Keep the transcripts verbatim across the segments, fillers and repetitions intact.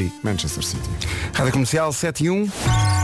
City, Manchester City. Rádio Comercial sete e um.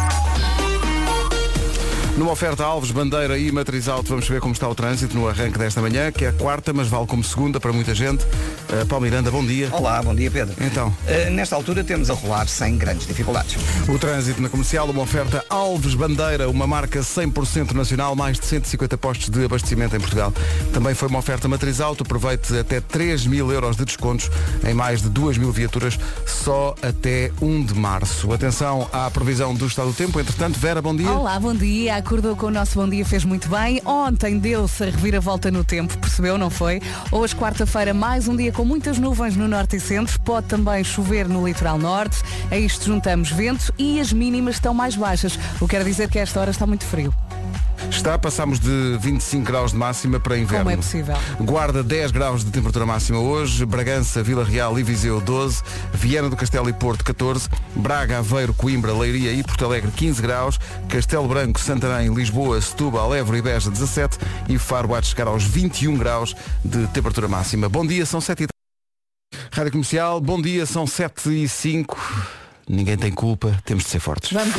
Numa oferta Alves, Bandeira e Matriz Alto, vamos ver como está o trânsito no arranque desta manhã, que é a quarta, mas vale como segunda para muita gente. Uh, Paulo Miranda, bom dia. Olá, bom dia, Pedro. Então. Uh, nesta altura temos a rolar sem grandes dificuldades. O trânsito na Comercial, uma oferta Alves Bandeira, uma marca cem por cento nacional, mais de cento e cinquenta postos de abastecimento em Portugal. Também foi uma oferta Matriz Alto, aproveite até três mil euros de descontos em mais de duas mil viaturas, só até um de março. Atenção à previsão do estado do tempo. Entretanto, Vera, bom dia. Olá, bom dia. Acordou com o nosso bom dia, fez muito bem. Ontem deu-se a reviravolta no tempo, percebeu, não foi? Hoje, quarta-feira, mais um dia com muitas nuvens no norte e centro. Pode também chover no litoral norte. A isto juntamos vento e as mínimas estão mais baixas. O que quer dizer que a esta hora está muito frio. Está, passamos de vinte e cinco graus de máxima para inverno. Como é possível? Guarda dez graus de temperatura máxima hoje, Bragança, Vila Real e Viseu doze, Viana do Castelo e Porto catorze, Braga, Aveiro, Coimbra, Leiria e Porto Alegre quinze graus, Castelo Branco, Santarém, Lisboa, Setúbal, Évora e Beja dezassete e Faro há de chegar aos vinte e um graus de temperatura máxima. Bom dia, são sete e três. Rádio Comercial, bom dia, são sete e cinco. Ninguém tem culpa, temos de ser fortes. Vamos.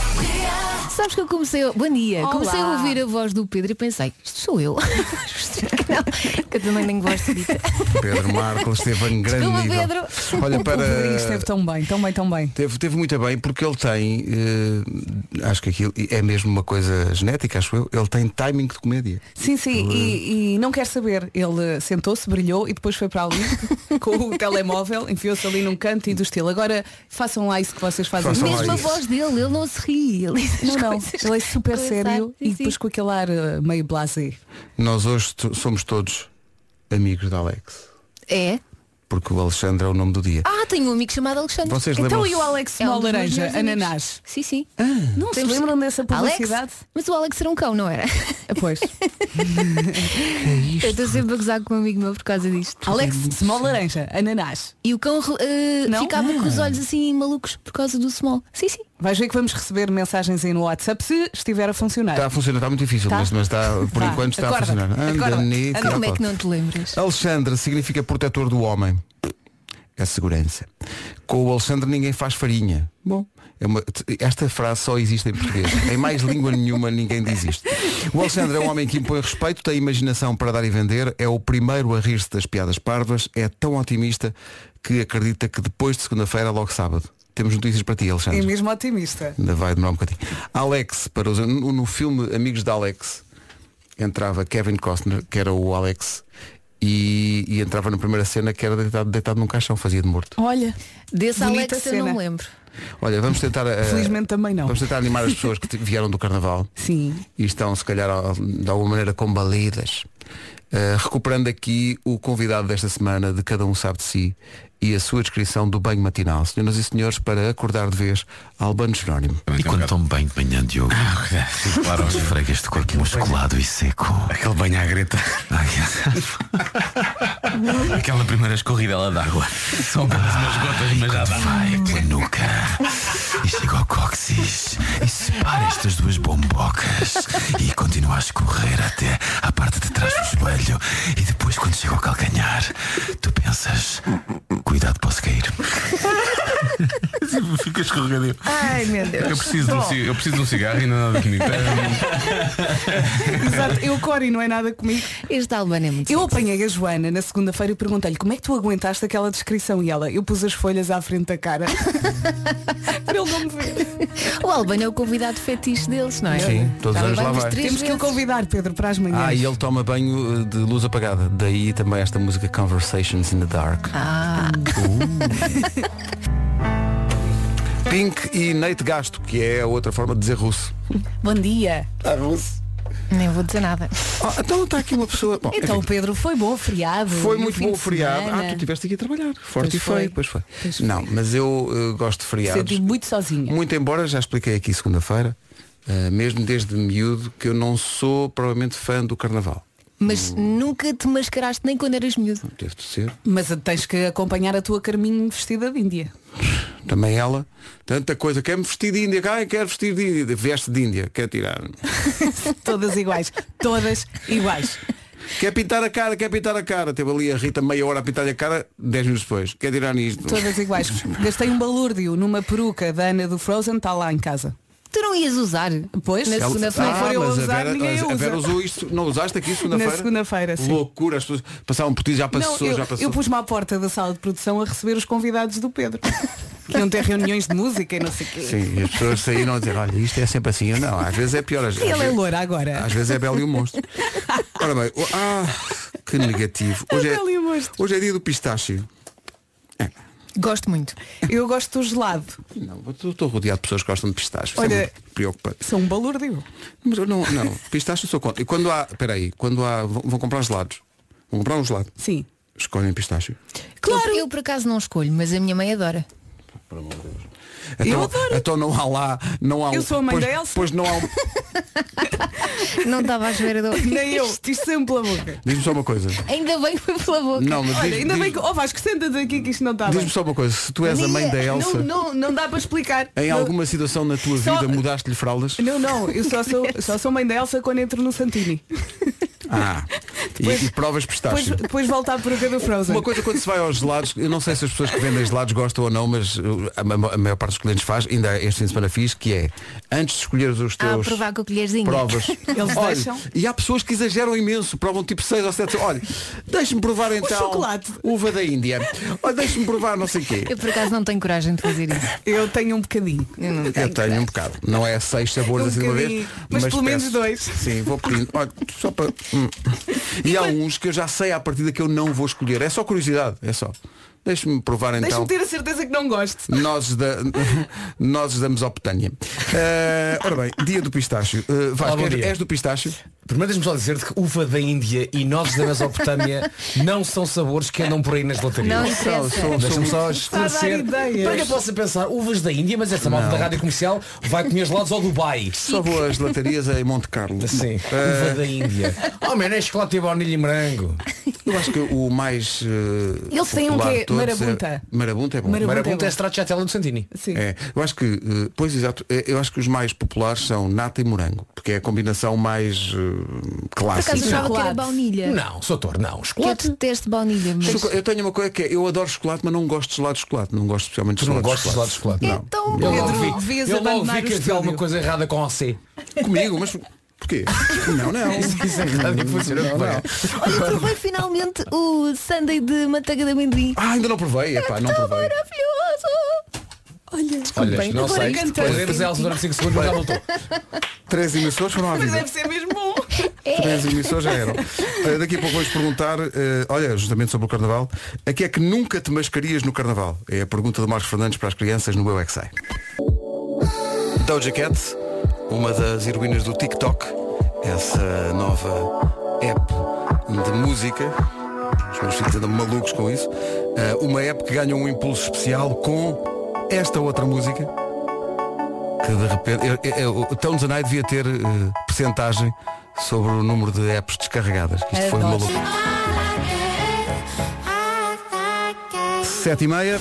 Sabes que eu comecei, a... bom dia, Olá. comecei a ouvir a voz do Pedro e pensei, isto sou eu. Não, que eu também nem gosto disso. Pedro Marco esteve em grande Desculpa, nível. Pedro. Olha, O para... Pedrinho esteve tão bem, tão bem, tão bem. Teve, teve muito bem porque ele tem, eh, acho que aquilo é mesmo uma coisa genética, acho eu, ele tem timing de comédia. Sim, sim, e, e não quer saber. Ele sentou-se, brilhou e depois foi para ali com o telemóvel, enfiou-se ali num canto e do estilo. Agora façam lá isso que vocês fazem. Façam lá Mesmo a isso. voz dele, ele não se ri. Ele diz as Não, não, coisas ele é super com esse sério ar. e Sim, depois sim. com aquele ar uh, meio blasé. Nós hoje t- somos todos amigos da Alex, É? porque o Alexandre é o nome do dia. Ah, tenho um amigo chamado Alexandre. Vocês Então lembram-se? e o Alex É um Small dos meus Laranja, melhores amigos. ananás? Sim, sim. Não se Temos- lembram dessa publicidade? Alex? Mas o Alex era um cão, não era? Ah, Pois. Eu estou sempre a gozar com um amigo meu por causa disto. Alex Small Laranja, ananás. E o cão eh, Não? ficava com os olhos assim malucos por causa do small. Sim, sim. Vais ver que vamos receber mensagens aí no WhatsApp se estiver a funcionar. Está a funcionar, está muito difícil, Tá? mas, mas está, por Tá. enquanto está Acorda. a funcionar. Acorda. Andanite, Como é opa. que não te lembras? Alexandre significa protetor do homem. É segurança. Com o Alexandre ninguém faz farinha. Bom, é uma- esta frase só existe em português. Em mais língua nenhuma ninguém diz isto. O Alexandre é um homem que impõe respeito, tem imaginação para dar e vender, é o primeiro a rir-se das piadas parvas, é tão otimista que acredita que depois de segunda-feira é logo sábado. Temos notícias para ti, Alexandre. É mesmo otimista. Ainda vai demorar um bocadinho. Alex, para os, no, no filme Amigos de Alex, entrava Kevin Costner, que era o Alex, e, e entrava na primeira cena que era deitado, deitado num caixão, fazia de morto. Olha, Desse bonita Alex eu cena. não me lembro. Olha, vamos tentar. eh, Felizmente também não. Vamos tentar animar as pessoas que t- vieram do carnaval Sim. e estão, se calhar, ao- de alguma maneira combalidas. Eh, recuperando aqui o convidado desta semana de Cada Um Sabe de Si e a sua descrição do banho matinal. Senhoras e senhores, para acordar de vez, Albano Jerónimo. E quando tomo banho de manhã, Diogo, Sim, claro. esfrega este corpo musculado e seco. Aquele banho à greta. Aquela primeira escorridela d'água. São apenas umas gotas, mas já dá. Vai pela nuca e chega ao cóccix e separa estas duas bombocas e continua a escorrer até à parte de trás do joelho. E depois, quando chega ao calcanhar, tu pensas, cuidado, posso cair. Fica escorregadio. Ai meu Deus. Eu preciso, de um, ci- eu preciso de um cigarro e não é nada comigo. Exato, eu Cori não é nada comigo. Este Albano é muito Eu sexy. apanhei a Joana na segunda-feira e perguntei-lhe como é que tu aguentaste aquela descrição e ela, eu pus as folhas à frente da cara para ele não me ver. O Albano é o convidado fetiche deles, não é? Sim, todos os Já anos lá vamos vai. três Temos que o vezes. convidar, Pedro, para as manhãs. Ah, e ele toma banho eh, de luz apagada. Daí também esta música Conversations in the Dark. Ah, Pink e Nate Gasto, que é a outra forma de dizer russo. Bom dia. Ah, russo. nem vou dizer nada. Ah, então está aqui uma pessoa. Bom, Então, enfim, Pedro, foi bom o feriado. foi e o muito fim bom o de feriado. semana? Ah, tu estiveste aqui a trabalhar. Forte Pois e foi. feio, pois foi. Pois foi. Não, mas eu eh, gosto de feriados. Senti-me muito sozinha. Muito embora, já expliquei aqui segunda-feira, eh, mesmo desde miúdo, que eu não sou provavelmente fã do carnaval. Mas nunca te mascaraste nem quando eras miúdo. Deve ser. Mas tens que acompanhar a tua Carminho vestida de Índia. Também ela, tanta coisa, quer-me vestir de Índia, ai, quero vestir de Índia, veste de Índia, quer tirar. Todas iguais. Todas iguais. Quer pintar a cara, quer pintar a cara. Teve ali a Rita meia hora a pintar-lhe a cara, dez minutos depois. Quer tirar nisto? Todas iguais. Gastei um balúrdio numa peruca da Ana do Frozen, está lá em casa. Tu não ias usar? Pois, na Ela- segunda-feira. Ah, for eu a mas a usar, Vera, ninguém a usa. Vera usou isto. Não usaste aqui segunda-feira? Na segunda-feira, sim. Loucura, as pessoas passavam por ti, já Não, passou, eu, já passou. eu pus-me à porta da sala de produção a receber os convidados do Pedro. Que iam ter reuniões de música e não sei o quê. Sim, e as pessoas saíram a dizer, olha, isto é sempre assim. Eu, não, às vezes é pior. Às, E ele às é vezes- loura agora. Às vezes é Belo e o Monstro. Ora bem, o- ah, que negativo. Hoje é, Belo e o Monstro. hoje é dia do pistácio. Gosto muito. Eu gosto do gelado. Não, eu estou rodeado de pessoas que gostam de pistácio. Isso Olha- é muito preocupante. Sou um balúrdio. Mas eu não, não, pistácio eu sou contra. E quando há, espera aí, quando há, vão, vão comprar gelados. Vão comprar um gelado. Sim. Escolhem pistácio. Claro. Eu, eu por acaso não escolho, mas a minha mãe adora. Então, adoro. então não há lá, não há um. Eu sou a mãe pois, da Elsa. Pois não há um. Não estava à espera do... Nem eu. Isto sempre pela boca. Diz-me só uma coisa. Ainda bem que foi pela boca. Não, mas Olha, diz, ainda diz, bem que. Oh Vasco, senta-te aqui que isto não está bem. diz-me só uma coisa. Se tu és a mãe da Elsa, Não, não, não dá para explicar. em Não- alguma situação na tua Só- vida mudaste-lhe fraldas? Não, não, eu só sou, só sou mãe da Elsa quando entro no Santini. Ah. Depois- e, e provas Depois, pistácio. depois volta à peruca do Frozen. Uma coisa quando se vai aos gelados, eu não sei se as pessoas que vendem gelados gostam ou não, mas uh, a, ma- a maior parte dos clientes faz, ainda este fim de semana fiz, que é, antes de escolheres os Ah, teus provar com a colherzinha. provas, Eles olha, deixam. e há pessoas que exageram imenso, provam tipo seis ou sete, olha, deixe-me provar então chocolate. uva da Índia, olha, deixe-me provar não sei o quê. Eu por acaso não tenho coragem de fazer isso. Eu tenho um bocadinho. Eu não Eu tenho. tenho um bocado, não é seis sabores Um assim de uma vez, bocadinho, mas pelo menos peço- dois. Sim, vou pedindo, olha, só para. hum. E há uns que eu já sei à partida que eu não vou escolher, é só curiosidade, é só. Deixe-me provar então. Deixa-me ter a certeza que não gosto. Nozes da, nozes da Mesopotâmia. Uh, ora bem, dia do pistácio. Uh, Vasco, Olá, bom és, dia. és do pistácio? Primeiro deixa-me só dizer-te que uva da Índia e nozes da Mesopotâmia não são sabores que andam por aí nas Não latarias. interessa. Deixa-me só Está a dar esclarecer. ideias. Para que eu possa pensar, uvas da Índia, mas essa malta da rádio comercial vai comer gelados ao Dubai. Só vou às latarias em Monte Carlo. Sim, Uh, uva da Índia. Oh, man, é chocolate e baunilha e morango. eu acho que o mais. Uh, Eles têm um popular quê? de todos Marabunta. É... Marabunta é bom. Marabunta. Marabunta bom. é stracciatella do Santini. Sim. É, eu acho que, uh, pois exato, eh, eu acho que os mais populares são nata e morango, porque é a combinação mais uh, Por clássica. acaso achava que era Chocolate. baunilha. Não, soutor, não. Que eu Chocolate. detesto baunilha, mas... Choco- Eu tenho uma coisa que é, eu adoro chocolate, mas não gosto de gelado de chocolate. Não gosto especialmente de Tu não gelado gostas de gelado de chocolate? Não. É tão Eu bom. logo Pedro, vi, devias eu logo abandonar vi o que havia estúdio. alguma coisa errada com a C. Comigo, mas porquê? Não, não. Isso é rádio que funciona Não, bem. não. Olha, provei finalmente o sundae de manteiga de amendoim. Ah, ainda não provei, epá, não Tão provei. maravilhoso! Olha, Olha, bem, não agora sei. cantei. Podemos Elsa durante cinco segundos, mas já voltou. Três emissores foram à Mas vida. deve ser mesmo bom. Três emissores já eram. Eh, Daqui a pouco vamos perguntar, eh, olha, justamente sobre o Carnaval, a que é que nunca te mascarias no Carnaval? É a pergunta do Marcos Fernandes para as crianças no Eu É Que Sei. Doja Cat, uma das heroínas do TikTok, essa nova app de música. Os meus filhos andam malucos com isso. Eh, uma app que ganha um impulso especial com esta outra música. Que de repente. eu- eu- eu- O Tones and I devia ter eh, percentagem sobre o número de apps descarregadas. que Isto foi Adoro. maluco. Sete e meia.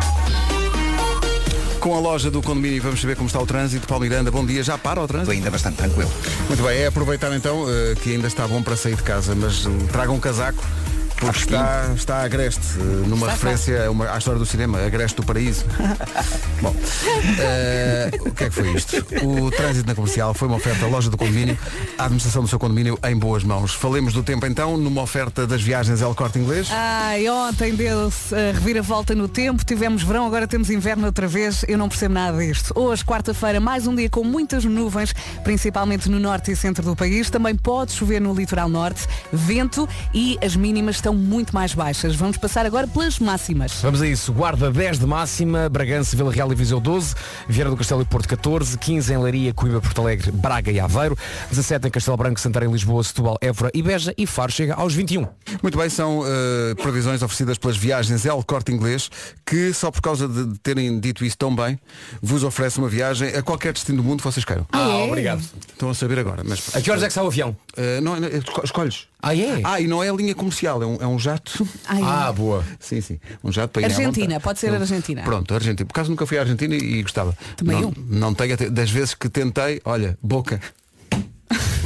Com a loja do condomínio vamos saber como está o trânsito. Paulo Miranda, bom dia. Já para o trânsito? Estou ainda bastante tranquilo. Muito bem, é aproveitar então eh, que ainda está bom para sair de casa, mas eh, tragam um casaco. Porque está, está agreste, eh, numa referência a uma- à história do cinema, Agreste do Paraíso. Bom, eh, o que é que foi isto? O trânsito na comercial foi uma oferta à loja do condomínio, a administração do seu condomínio em boas mãos. Falemos do tempo então, numa oferta das viagens El Corte Inglês. Ai, ontem deu-se a reviravolta no tempo, tivemos verão, agora temos inverno outra vez, eu não percebo nada disto. Hoje, quarta-feira, mais um dia com muitas nuvens, principalmente no norte e centro do país, também pode chover no litoral norte, vento e as mínimas estão muito mais baixas. Vamos passar agora pelas máximas. Vamos a isso. Guarda dez de máxima, Bragança, Vila Real e Viseu doze, Vieira do Castelo e Porto catorze, quinze em Leiria, Coimbra, Porto Alegre, Braga e Aveiro, dezassete em Castelo Branco, Santarém, Lisboa, Setúbal, Évora e Beja e Faro chega aos vinte e um. Muito bem, são eh, previsões oferecidas pelas viagens El Corte Inglês, que só por causa de terem dito isso tão bem, vos oferece uma viagem a qualquer destino do mundo que vocês queiram. Ah, obrigado. Estão a saber agora. Mas, A que horas é que sai o avião? eh, não, não, esco- escolhes. Ah, é? Ah, e não é a linha comercial, é um, é um jato. Ai, Ah, boa. Sim, sim. Um jato para ir à Argentina, vontade. pode ser Eu- Argentina. Pronto, Argentina. Por acaso nunca fui à Argentina e, e gostava. Também não, eu. não tenho até, das vezes que tentei, olha, boca.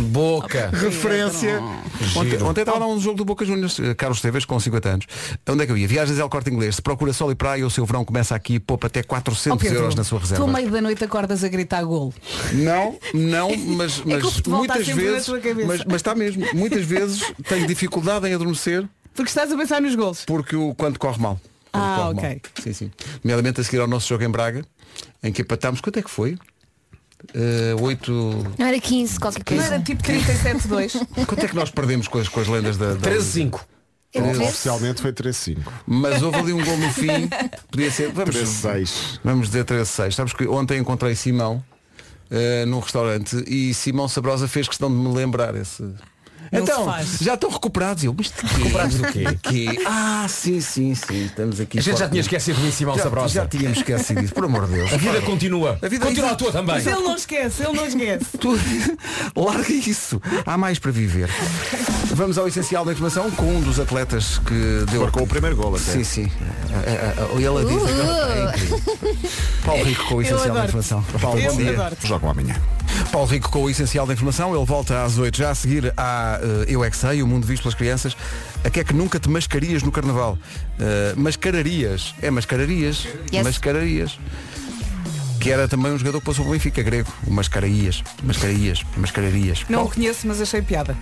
Boca. Referência. Ontem, ontem estava lá um jogo do Boca Juniors, Carlos Esteves com cinquenta anos. Onde é que eu ia? Viagens ao Corte Inglês. Se procura sol e praia, o seu verão começa aqui e poupa até quatrocentos euros na sua reserva. Tu ao meio da noite acordas a gritar golo. Não, não, mas, mas que o futebol muitas está sempre na vezes. tua cabeça. Mas, mas está mesmo. Muitas vezes tenho dificuldade em adormecer Porque estás a pensar nos golos. porque o quando corre mal. Quando Ah, corre ok. mal. Sim, sim. Nomeadamente a seguir ao nosso jogo em Braga, em que empatámos. Quanto é que foi? Uh, oito. Não era quinze, qualquer Não coisa. era tipo trinta e sete dois. Quanto é que nós perdemos com as, com as lendas da. da... treze cinco. Oficialmente foi três cinco. Mas houve ali um gol no fim. Podia ser. Vamos, treze seis. vamos dizer treze seis. Sabes que ontem encontrei Simão uh, num restaurante e Simão Sabrosa fez questão de me lembrar esse. Não Então, se faz. já estão recuperados. Eu, mas de quê? Recuperados do quê? De quê? Ah, sim, sim, sim. Estamos aqui. A gente já forte. tinha esquecido do Simão já, Sabrosa. já tínhamos esquecido isso, por amor de Deus. A vida continua. A vida- continua a tua também. Mas ele não esquece, ele não esquece. Tu... Larga isso. Há mais para viver. Vamos ao essencial da informação com um dos atletas que deu Com o primeiro gol até. Sim, sim. Ele a diz. É incrível. Paulo Rico com o essencial da adoro-te. informação. Paulo, bom Eu dia. adoro-te. Jogam amanhã. Paulo Rico com o essencial da informação. Ele volta às oito. Já a seguir à uh, Eu é que Sei, o mundo visto pelas crianças. A que é que nunca te mascarias no carnaval? Uh, mascararias. É mascararias. Yes. Mascararias. Que era também um jogador que passou pelo Benfica, grego. O Mascaraías. Mascaraías. Mascararias. Não o conheço, mas achei piada.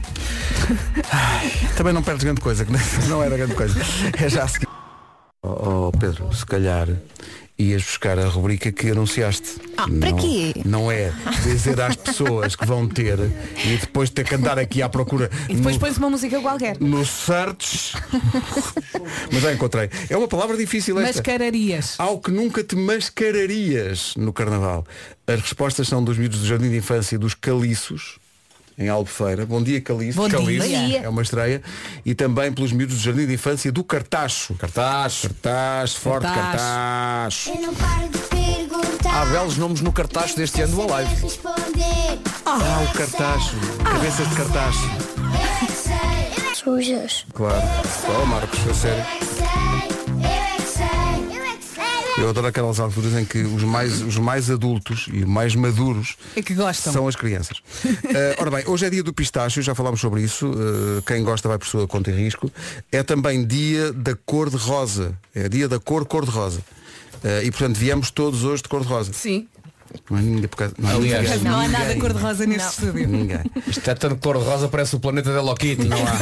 Também não perdes grande coisa, que não era grande coisa. É já a seguir. Oh, oh, Pedro, se calhar ias buscar a rubrica que anunciaste. Ah, para não, quê? Não é dizer às pessoas que vão ter e depois ter que andar aqui à procura E depois no, põe-se uma música qualquer. no search. Mas já encontrei. É uma palavra difícil esta. Mascararias. Ao que nunca te mascararias no carnaval. As respostas são dos miúdos do Jardim de Infância dos Caliços, em Albufeira. Bom dia, Caliços. Bom Caliços. dia. É uma estreia. E também pelos miúdos do Jardim de Infância do Cartacho. Cartaz. Cartaz, forte Cartaz. cartaz. Eu não paro de perguntar. Há belos nomes no cartaz deste ano do Alive. Responder. Ah, o cartaz. Cabeças de cartaz. Eu é que sei. Eu é que Sujas. Claro. Oh, Marcos, a sério. sei. Eu é que sei. Eu é que sei. Eu adoro aquelas alturas em que os mais, os mais adultos e mais maduros É que gostam. são as crianças. Uh, ora bem, hoje é dia do pistácio, já falámos sobre isso. Uh, quem gosta vai por sua conta e risco. É também dia da cor de rosa. É dia da cor cor-de-rosa. Uh, e portanto viemos todos hoje de cor-de-rosa. Sim. Não é ninguém por causa. Não, Aliás, ninguém. Não há Ninguém. nada cor-de-rosa neste estúdio. Ninguém. Isto é tanto cor-de-rosa, parece o planeta da Hello Kitty. Não há.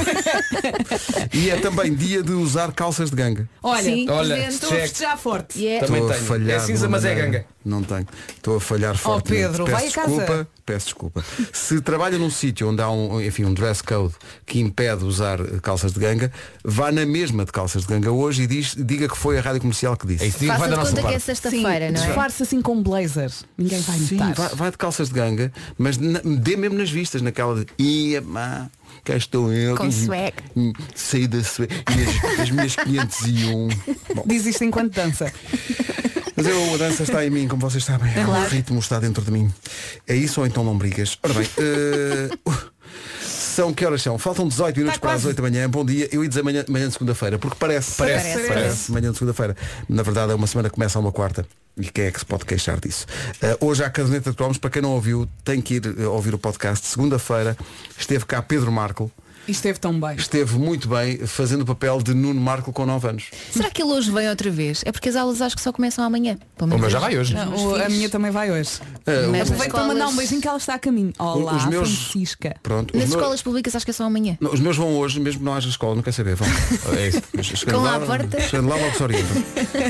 E é também dia de usar calças de ganga. Olha, Sim, Olha, presente. estou a check. festejar forte. Yeah. Também Estou a tenho. falhar É cinza, de uma mas é maneira. ganga. Não tenho. Estou a falhar forte. Pedro, peço vai a casa. desculpa, peço desculpa. Se trabalha num sítio onde há um, enfim, um dress code que impede usar eh, calças de ganga, vá na mesma de calças de ganga hoje e diz, diga que foi a rádio comercial que disse. É isso, vai Faça da de nossa conta que é parte. sexta-feira, não é? Disfarce assim com blazer. Ninguém vai Sim, notar. vai, vai de calças de ganga, mas na, dê mesmo nas vistas, naquela de ia, má, cá estou eu. Com hum, swag. hum, Saí da swag. E as, as minhas quinhentos e um. Bom, Diz isto enquanto dança. mas eu, a dança está em mim, como vocês sabem. O ritmo está dentro de mim. É isso ou então não brigas? Ora bem, eh, são que horas são? Faltam dezoito minutos para as quase. oito da manhã. Bom dia. Eu ia dizer manhã, manhã de segunda-feira, porque parece. Parece, parece. parece. Manhã de segunda-feira. Na verdade é uma semana que começa a uma quarta. E quem é que se pode queixar disso? Eh, hoje há a caderneta de cromos. Para quem não ouviu, tem que ir eh, ouvir o podcast. Segunda-feira esteve cá Pedro Marco. E esteve tão bem. Esteve muito bem fazendo o papel de Nuno Marco com nove anos. Será que ele hoje vem outra vez? É porque as aulas acho que só começam amanhã. Pelo O menos meu já hoje. vai hoje. Não, Os o- a filhos. minha também vai hoje. Eh, Mas o- nas Aproveito para mandar um escolas- beijinho que ela está a caminho. Olá, os meus- Francisca. Pronto, Nas os meus- escolas públicas acho que é só amanhã. Não, os meus vão hoje, mesmo que não haja escola, não quer saber, vão. É isso. Mas chegando Com lá, à porta. chegando lá logo se orientam.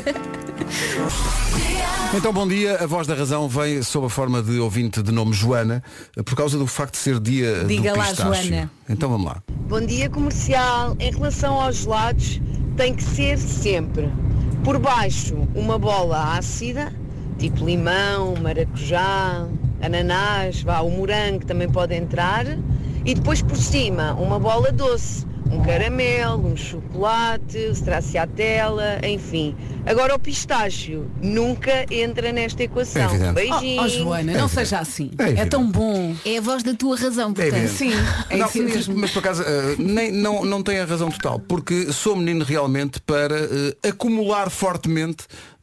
Então, bom dia. A voz da razão vem sob a forma de ouvinte de nome Joana, por causa do facto de ser dia Diga do lá, pistácio. Joana. Então vamos lá. Bom dia comercial. Em relação aos gelados, tem que ser sempre por baixo uma bola ácida, tipo limão, maracujá, ananás, vá, o morango também pode entrar, e depois por cima uma bola doce, um caramelo, um chocolate, stracciatella, enfim. Agora o pistácio nunca entra nesta É equação. evidente. Beijinhos. Oh, oh, Joana, não seja assim. É É, evidente. tão bom. É a voz da tua razão, portanto. evidente. Sim, é não, isso mesmo. Mas por acaso eh, nem, não, não tem a razão total, porque sou menino realmente para eh, acumular fortemente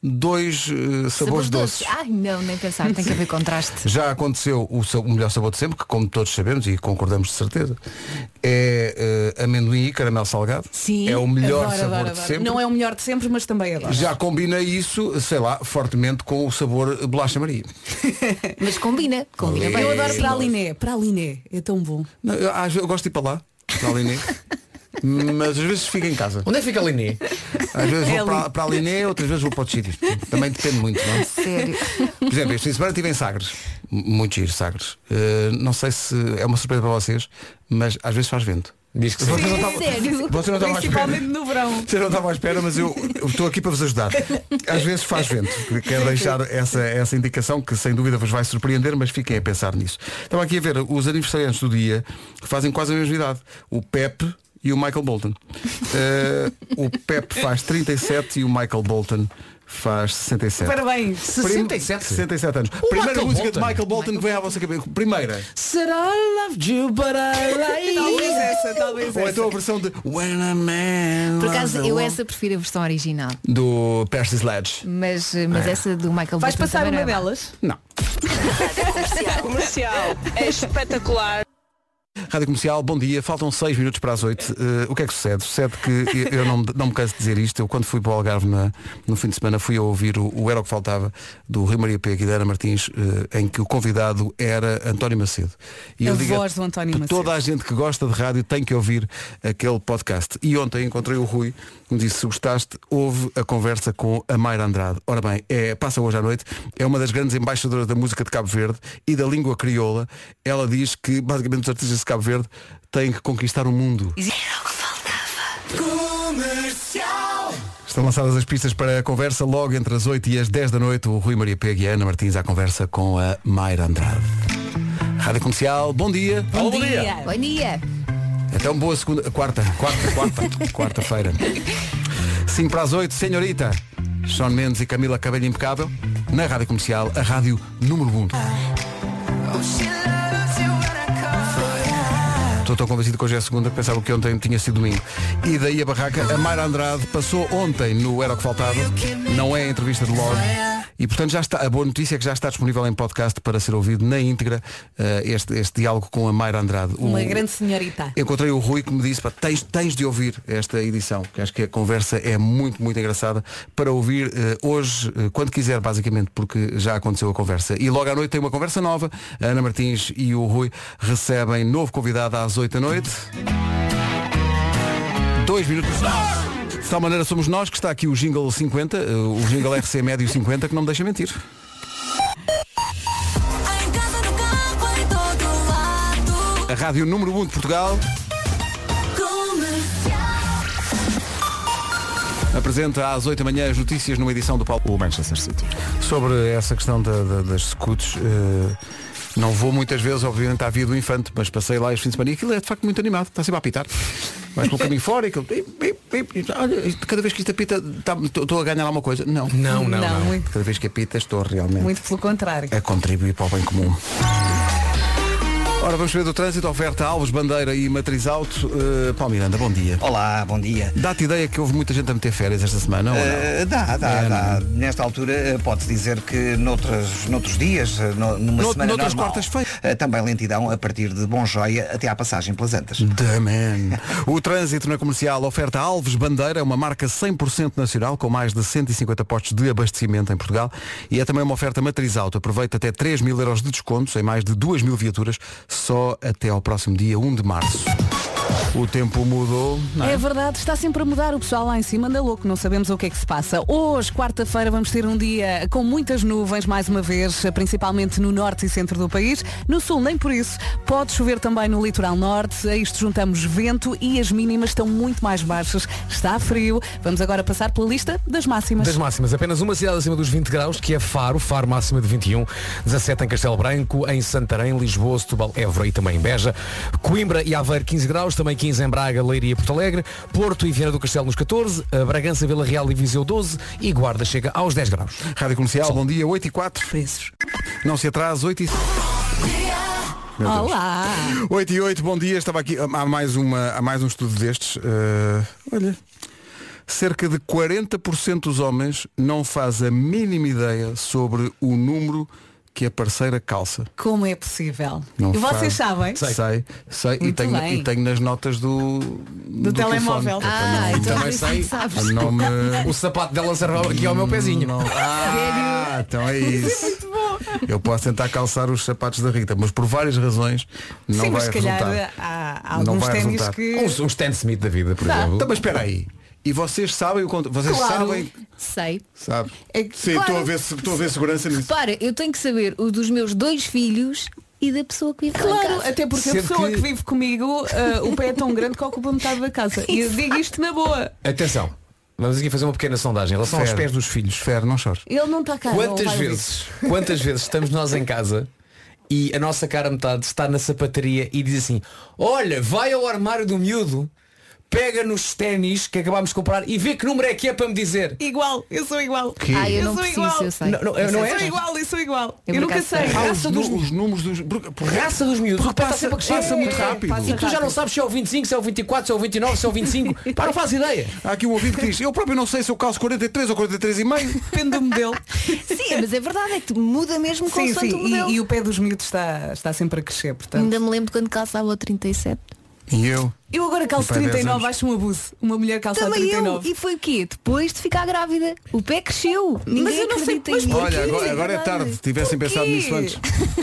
dois uh, sabores doces. Ai não, nem pensar, tem que haver contraste. Já aconteceu o, o melhor sabor de sempre, que como todos sabemos e concordamos de certeza, é uh, amendoim e caramelo salgado. Sim, é o melhor adoro, sabor adoro, de adoro. sempre. Não é o melhor de sempre, mas também adoro. Já combina isso, sei lá, fortemente com o sabor bolacha Maria. Mas combina, combina bem. Eu adoro praliné, praliné, é tão bom. Não, eu, eu gosto de ir para lá, para a Liné, mas às vezes fico em casa. Onde é que fica a Liné? Às vezes É vou para, para a Liné, outras vezes vou para outros sítios. Também depende muito, não é? Sério. Por exemplo, este fim de semana estive em Sagres. Muito giro, Sagres. Uh, não sei se é uma surpresa para vocês, mas às vezes faz vento. Diz que sim. Vocês não estavam- Sério? Vocês não estavam à espera. Principalmente no verão. Vocês não estavam à espera, mas eu, eu estou aqui para vos ajudar. Às vezes faz vento. Quero deixar essa, essa indicação que sem dúvida vos vai surpreender, mas fiquem a pensar nisso. Estava aqui a ver os aniversariantes do dia que fazem quase a mesma idade. O Pepe e o Michael Bolton. Uh, o Pepe faz trinta e sete e o Michael Bolton faz sessenta e sete. Parabéns. sessenta e sete? sessenta e sete anos. Primeira Michael música Bolton. de Michael Bolton que vem à vossa cabeça. Primeira. Said I loved you, but I like Talvez essa, talvez Ou essa. então a versão de When a Man Por Loves acaso, a eu Woman, essa prefiro a versão original. do Percy Sledge. Mas, mas essa do Michael Vais Bolton passar também uma não é má. delas? Não. Comercial. É espetacular. Rádio Comercial, bom dia, faltam seis minutos para as oito. Uh, o que é que sucede? Sucede que eu não, não me canso de dizer isto. Eu quando fui para o Algarve na, no fim de semana fui a ouvir o, o Era o que Faltava do Rui Maria Pego e da Ana Martins, uh, em que o convidado era António Macedo. E A eu digo voz do António Macedo. toda a gente que gosta de rádio tem que ouvir aquele podcast. E ontem encontrei o Rui, que me disse, se gostaste, ouve a conversa com a Mayra Andrade. Ora bem, é, passa hoje à noite, é uma das grandes embaixadoras da música de Cabo Verde e da língua crioula. Ela diz que basicamente os artistas de Cabo Verde têm que conquistar o mundo. Estão lançadas as pistas para a conversa logo entre as oito e as dez da noite. O Rui Maria Pego e a Ana Martins à conversa com a Mayra Andrade. Rádio Comercial, bom dia. Bom dia. Bom dia. Até uma boa segunda, quarta, quarta, quarta, quarta-feira. cinco para as oito, senhorita. Shawn Mendes e Camila Cabello Impecável. Na Rádio Comercial, a rádio número um. Estou tão convencido que hoje é segunda que pensava que ontem tinha sido domingo. E daí a barraca, a Mayra Andrade passou ontem no Era o que Faltava. Não é a entrevista de logo. E portanto já está, a boa notícia é que já está disponível em podcast para ser ouvido na íntegra uh, este, este diálogo com a Mayra Andrade. Uma O- grande senhorita. Encontrei o Rui que me disse, pá, tens, tens de ouvir esta edição, que acho que a conversa é muito, muito engraçada para ouvir uh, hoje, uh, quando quiser, basicamente, porque já aconteceu a conversa. E logo à noite tem uma conversa nova. A Ana Martins e o Rui recebem novo convidado às oito da noite. Dois minutos. De tal maneira somos nós que está aqui o jingle cinquenta, uh, o jingle R C médio cinquenta, que não me deixa mentir. A rádio número um de Portugal apresenta às oito da manhã as notícias numa edição do Paulo. O Manchester City. Sobre essa questão da, da, das scouts, uh, não vou muitas vezes, obviamente, à via do Infante, mas passei lá este fim de semana e aquilo é de facto muito animado, está sempre a apitar. Vais pelo caminho fora e aquilo. Pip, pip, pip, olha, isto, cada vez que isto apita, estou a ganhar alguma coisa. Não. Não, não, Não, não. muito, Cada vez que apita, estou realmente muito pelo contrário. a contribuir para o bem comum. Ora, vamos ver do trânsito, oferta Alves, Bandeira e Matriz Auto. Uh, Paulo Miranda, bom dia. Olá, bom dia. Dá-te ideia que houve muita gente a meter férias esta semana, ou não? Uh, dá, dá, É, dá. não. Nesta altura uh, pode-se dizer que noutras, noutros dias, uh, no- numa Nout- semana noutras normal, quartas-feiras. uh, também lentidão a partir de Bonjoia até à passagem pelas Antas. The man. O trânsito na comercial oferta Alves Bandeira, é uma marca cem por cento nacional, com mais de cento e cinquenta postos de abastecimento em Portugal. E é também uma oferta Matriz Auto. Aproveita até três mil euros de descontos em mais de duas mil viaturas, só até ao próximo dia um de março. O tempo mudou, não é? É verdade, está sempre a mudar. O pessoal lá em cima anda louco, não sabemos o que é que se passa. Hoje, quarta-feira, vamos ter um dia com muitas nuvens, mais uma vez, principalmente no norte e centro do país. No sul, nem por isso. Pode chover também no litoral norte. A isto juntamos vento e as mínimas estão muito mais baixas. Está frio. Vamos agora passar pela lista das máximas. Das máximas, apenas uma cidade acima dos vinte graus, que é Faro, Faro máxima de vinte e um, dezassete em Castelo Branco, em Santarém, Lisboa, Setúbal, Évora e também em Beja, Coimbra e Aveiro quinze graus, também quinze em Braga, Leiria e Porto Alegre, Porto e Viana do Castelo nos catorze, Bragança, Vila Real e Viseu doze e Guarda chega aos dez graus. Rádio Comercial, bom dia, oito e quatro. Preços. Não se atrasa, oito e... Meu Deus. Olá! oito e oito, bom dia. Estava aqui, há mais, uma, há mais um estudo destes. Uh, olha, cerca de quarenta por cento dos homens não faz a mínima ideia sobre o número que a parceira calça. Como é possível? Não e vocês faz. sabem? Sei, sei. sei. E, Muito tenho, bem. e tenho nas notas do, Do telemóvel. telefone. Ah, Não- então também isso sei. sabes. não me... O sapato dela serve aqui ao meu pezinho. Não- Ah, então é isso. Eu posso tentar calçar os sapatos da Rita, mas por várias razões não Sim, vai mas se calhar resultar. há, há Não alguns vai ténis resultar. que. Uns, uns Stan Smith da vida, por exemplo. Então, mas espera aí. E vocês sabem o conto? Vocês Claro. sabem? Sei. Sabe? É que- Sim, claro. estou a ver se- estou a ver segurança nisso. Repara, eu tenho que saber o dos meus dois filhos e da pessoa que vive lá em Claro, casa. até porque a Sendo pessoa que- que... vive comigo, ah, o pé é tão grande que ocupa metade da casa. E eu digo isto na boa. Atenção, vamos aqui fazer uma pequena sondagem em relação aos Fer. pés dos filhos. Fer, não chores. Ele não está cá. ele Quantas vai ouvir. vezes, quantas vezes estamos nós em casa e a nossa cara metade está na sapataria e diz assim, olha, vai ao armário do miúdo, pega nos ténis que acabámos de comprar e vê que número é que é para me dizer. Igual, eu sou igual. Ah, eu, Eu não sou preciso, igual. eu sei. Não, não, eu Eu não sou é? igual, eu sou igual. Eu Eu, por nunca acaso sei. sei. Ah, Raça os, dos- nu- os números dos. Por, por Raça dos miúdos, Porque o pé está passa, sempre a crescer. passa muito É, rápido. passa E tu já não rápido. sabes se é o vinte e cinco, se é o vinte e quatro, se é o vinte e nove, se é o vinte e cinco. Pá, não faz ideia. Há aqui um ouvinte que diz, eu próprio não sei se eu calço quarenta e três ou quarenta e três e meio. Depende do modelo. Sim, mas é verdade, é que muda mesmo Sim, consoante sim. o modelo. E, e o pé dos miúdos está, está sempre a crescer, portanto. Ainda me lembro quando calçava o trinta e sete. E eu? Eu agora calço E para dez trinta e nove, anos. acho um abuso. Uma mulher calça Também trinta e eu. nove. E foi o quê? Depois de ficar grávida. O pé cresceu. Ninguém eu não sei, acredita mas em mim. Olha, agora, agora é verdade. tarde. Se tivessem pensado nisso antes.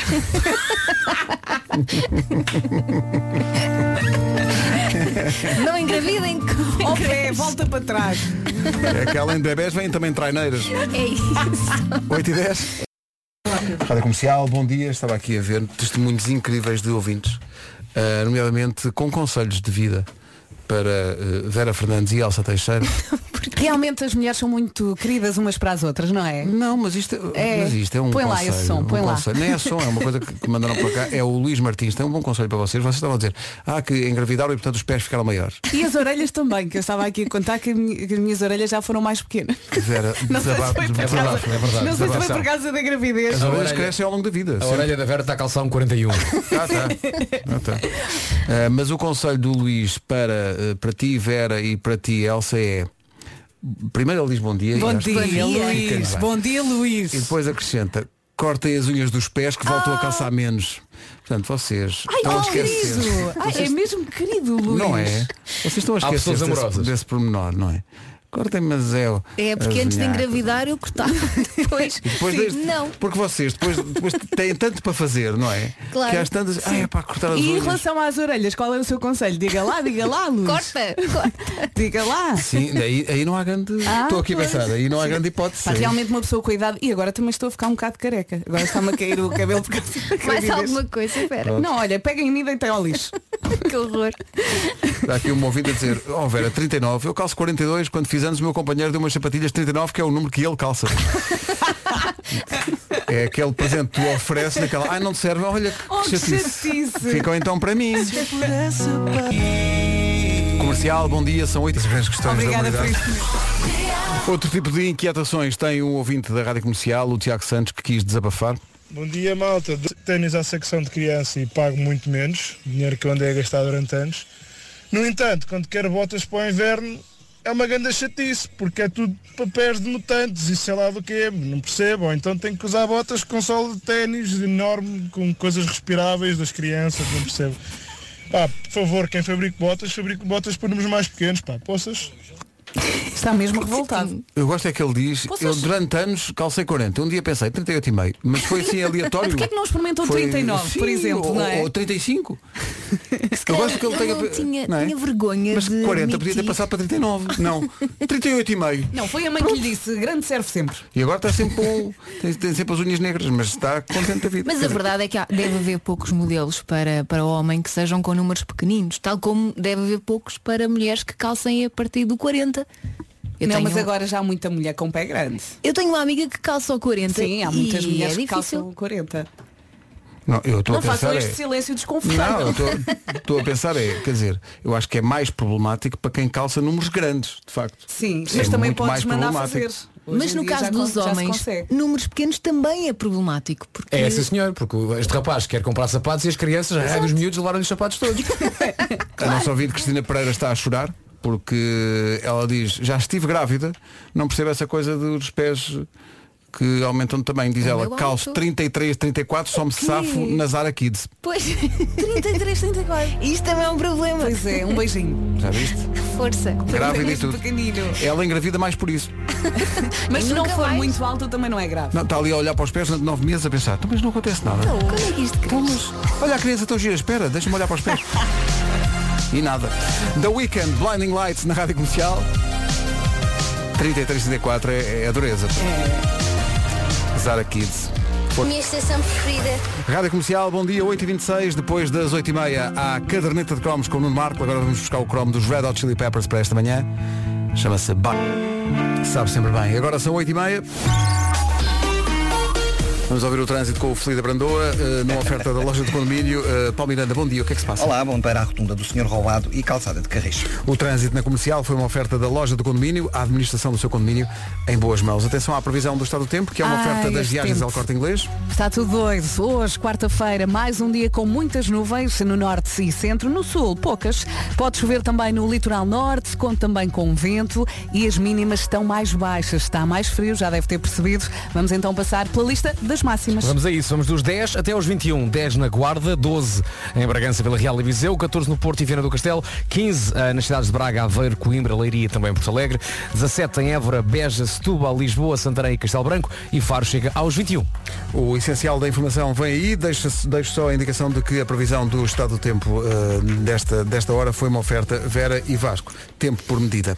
Não engravidem. Ó pé, volta para trás. É que além de bebés vêm também traineiras. É isso. oito e dez. Rádio Comercial, bom dia. Estava aqui a ver testemunhos incríveis de ouvintes, uh, nomeadamente com conselhos de vida para uh, Vera Fernandes e Elsa Teixeira. Realmente as mulheres são muito queridas umas para as outras, não é? Não, mas isto é, É. mas isto é um Põe lá conselho. esse som, um põe lá. conselho. Nem é som, é uma coisa que, que mandaram para cá. É o Luís Martins, tem um bom conselho para vocês. Vocês estavam a dizer, ah, que engravidaram e portanto os pés ficaram maiores. E as orelhas também, que eu estava aqui a contar que, a minha- que as minhas orelhas já foram mais pequenas. Vera, Não sei se desabafo- foi por É causa, verdade, é verdade. não sei se foi Desabafação. por causa da gravidez. As A orelhas orelha- crescem ao longo da vida. A sempre. orelha da Vera está a calçar um quarenta e um. Ah, tá. Ah, tá. Ah, mas o conselho do Luís para, eh, para ti, Vera, e para ti, Elsa, é. Primeiro ele diz bom dia. Bom e acho que dia, fica Luís. bem. Bom dia, Luís. E depois acrescenta, cortem as unhas dos pés que voltam a calçar menos. Portanto, vocês Ai, estão a oh, esquecer. querido. Ai, é mesmo querido, Luís. Não é? Vocês estão a Há pessoas esquecer desse, amorosas. desse pormenor, não é? Cortem, mas é. o- É porque as antes de unhacas. engravidar eu cortava. Depois. E depois Sim, deste- não. Porque vocês depois, depois têm tanto para fazer, não é? Claro. Que às tantas. Ah, é para cortar as E em unhas. relação às orelhas, qual é o seu conselho? Diga lá, diga lá, Luís. Corta, corta. Diga lá. Sim, aí, aí não há grande. Ah, Estou aqui a pois. pensar, aí não há grande hipótese. Pá, realmente uma pessoa cuidado. E agora também estou a ficar um bocado careca. Agora está-me a cair o cabelo por causa da Mais gravidez. alguma coisa, espera. Não, olha, pega em mim e deita ao lixo. Que horror. Há aqui um ouvinte a dizer, oh Vera, trinta e nove, eu calço quarenta e dois, quando fiz anos o meu companheiro deu umas sapatilhas trinta e nove, que é o número que ele calça. É aquele presente que tu ofereces naquela, ai não te serve, olha que, Oh, que chatice. chatice. Ficam então para mim. Comercial, bom dia, são oito as grandes questões Obrigada da por humanidade. isto. Outro tipo de inquietações tem um ouvinte da Rádio Comercial, o Tiago Santos, que quis desabafar. Bom dia, malta. Ténis à secção de criança e pago muito menos, dinheiro que eu andei a gastar durante anos. No entanto, quando quero botas para o inverno, é uma grande chatice, porque é tudo papéis de mutantes e sei lá do que é, não percebo. Ou então tenho que usar botas com solo de ténis enorme, com coisas respiráveis das crianças, não percebo. Pá, por favor, quem fabrica botas, fabrica botas para números mais pequenos, pá, poças. Está mesmo revoltado. Eu gosto é que ele diz, Vocês- eu durante anos calcei quarenta, um dia pensei trinta e oito e meio, mas foi assim aleatório. Porquê é que não experimentou Foi- trinta e nove, por sim, exemplo, ou, não é? ou trinta e cinco. Se Eu calhar gosto que ele ele tenha. não tinha, não é? tinha vergonha Mas de quarenta podia ter admitir. passado para trinta e nove. Não, trinta e oito e meio. Não, foi a mãe que lhe disse, grande serve sempre. E agora está sempre com. Tem, tem sempre as unhas negras, mas está contente da vida. Mas a verdade é que há- deve haver poucos modelos para, para o homem que sejam com números pequeninos, tal como deve haver poucos para mulheres que calcem a partir do quarenta. Eu, não, tenho, mas agora já há muita mulher com pé grande. eu tenho uma amiga que calça o quarenta. Sim, há muitas e mulheres é que difícil. calçam quarenta. Não, eu estou a Não façam pensar. este É... silêncio Não, desconfortável. eu estou- estou a pensar é, quer dizer, eu acho que é mais problemático para quem calça números grandes, de facto. Sim, É mas também muito podes mais mandar problemático. fazer. Hoje Mas em no dia caso já dos con- já se homens, consegue. números pequenos também é problemático. Porque É sim senhor, porque este rapaz quer comprar sapatos e as crianças, a dos miúdos, levaram-lhe os sapatos todos. A nossa ouvinte Cristina Pereira está a chorar. porque ela diz, já estive grávida, não percebo essa coisa dos pés que aumentam de tamanho. Diz O ela, meu calço alto. trinta e três, trinta e quatro, só me quê? safo na Zara Kids. Pois, trinta e três, trinta e quatro. isto também é um problema. Pois é, um beijinho. Já viste? Força. Grávida e tudo. Pequenino. Ela engravida mais por isso. Mas E se não nunca for mais? muito alto também não é grave. Não, está ali a olhar para os pés durante nove meses a pensar, "Então, mas não acontece nada. Como é que isto cresce? Olha a criança tão gira, espera, deixa-me olhar para os pés. E nada. The Weeknd, Blinding Lights na Rádio Comercial. trinta e três, trinta e quatro é, é a dureza. Zara Kids. Minha estação preferida. Rádio Comercial, bom dia, oito e vinte e seis, depois das oito e meia há caderneta de cromos com o Nuno Marco. Agora vamos buscar o cromo dos Red Hot Chili Peppers para esta manhã. Chama-se Ba. Sabe sempre bem. Agora são oito e meia. Vamos ouvir o trânsito com o Felida Brandoa, uh, numa oferta da loja de condomínio. Uh, Paulo Miranda, bom dia, o que é que se passa? Olá, bom para a rotunda do senhor Roubado e calçada de Carris. O trânsito na Comercial foi uma oferta da loja do condomínio, a administração do seu condomínio em boas mãos. Atenção à previsão do estado do tempo, que é uma Ai, oferta das este viagens tempo. ao Corte Inglês. Está tudo doido. Hoje, quarta-feira, mais um dia com muitas nuvens no norte e centro. No sul, poucas. Pode chover também no litoral norte, conta também com vento e as mínimas estão mais baixas. Está mais frio, já deve ter percebido. Vamos então passar pela lista das máximas. Vamos a isso, vamos dos dez até aos vinte e um. dez na Guarda, doze em Bragança, Vila Real e Viseu, catorze no Porto e Viana do Castelo, quinze uh, nas cidades de Braga, Aveiro, Coimbra, Leiria e também em Porto Alegre, dezassete em Évora, Beja, Setúbal, Lisboa, Santarém e Castelo Branco e Faro chega aos vinte e um. O essencial da informação vem aí, deixo, deixo só a indicação de que a previsão do estado do tempo uh, desta, desta hora foi uma oferta Vera e Vasco. Tempo por medida.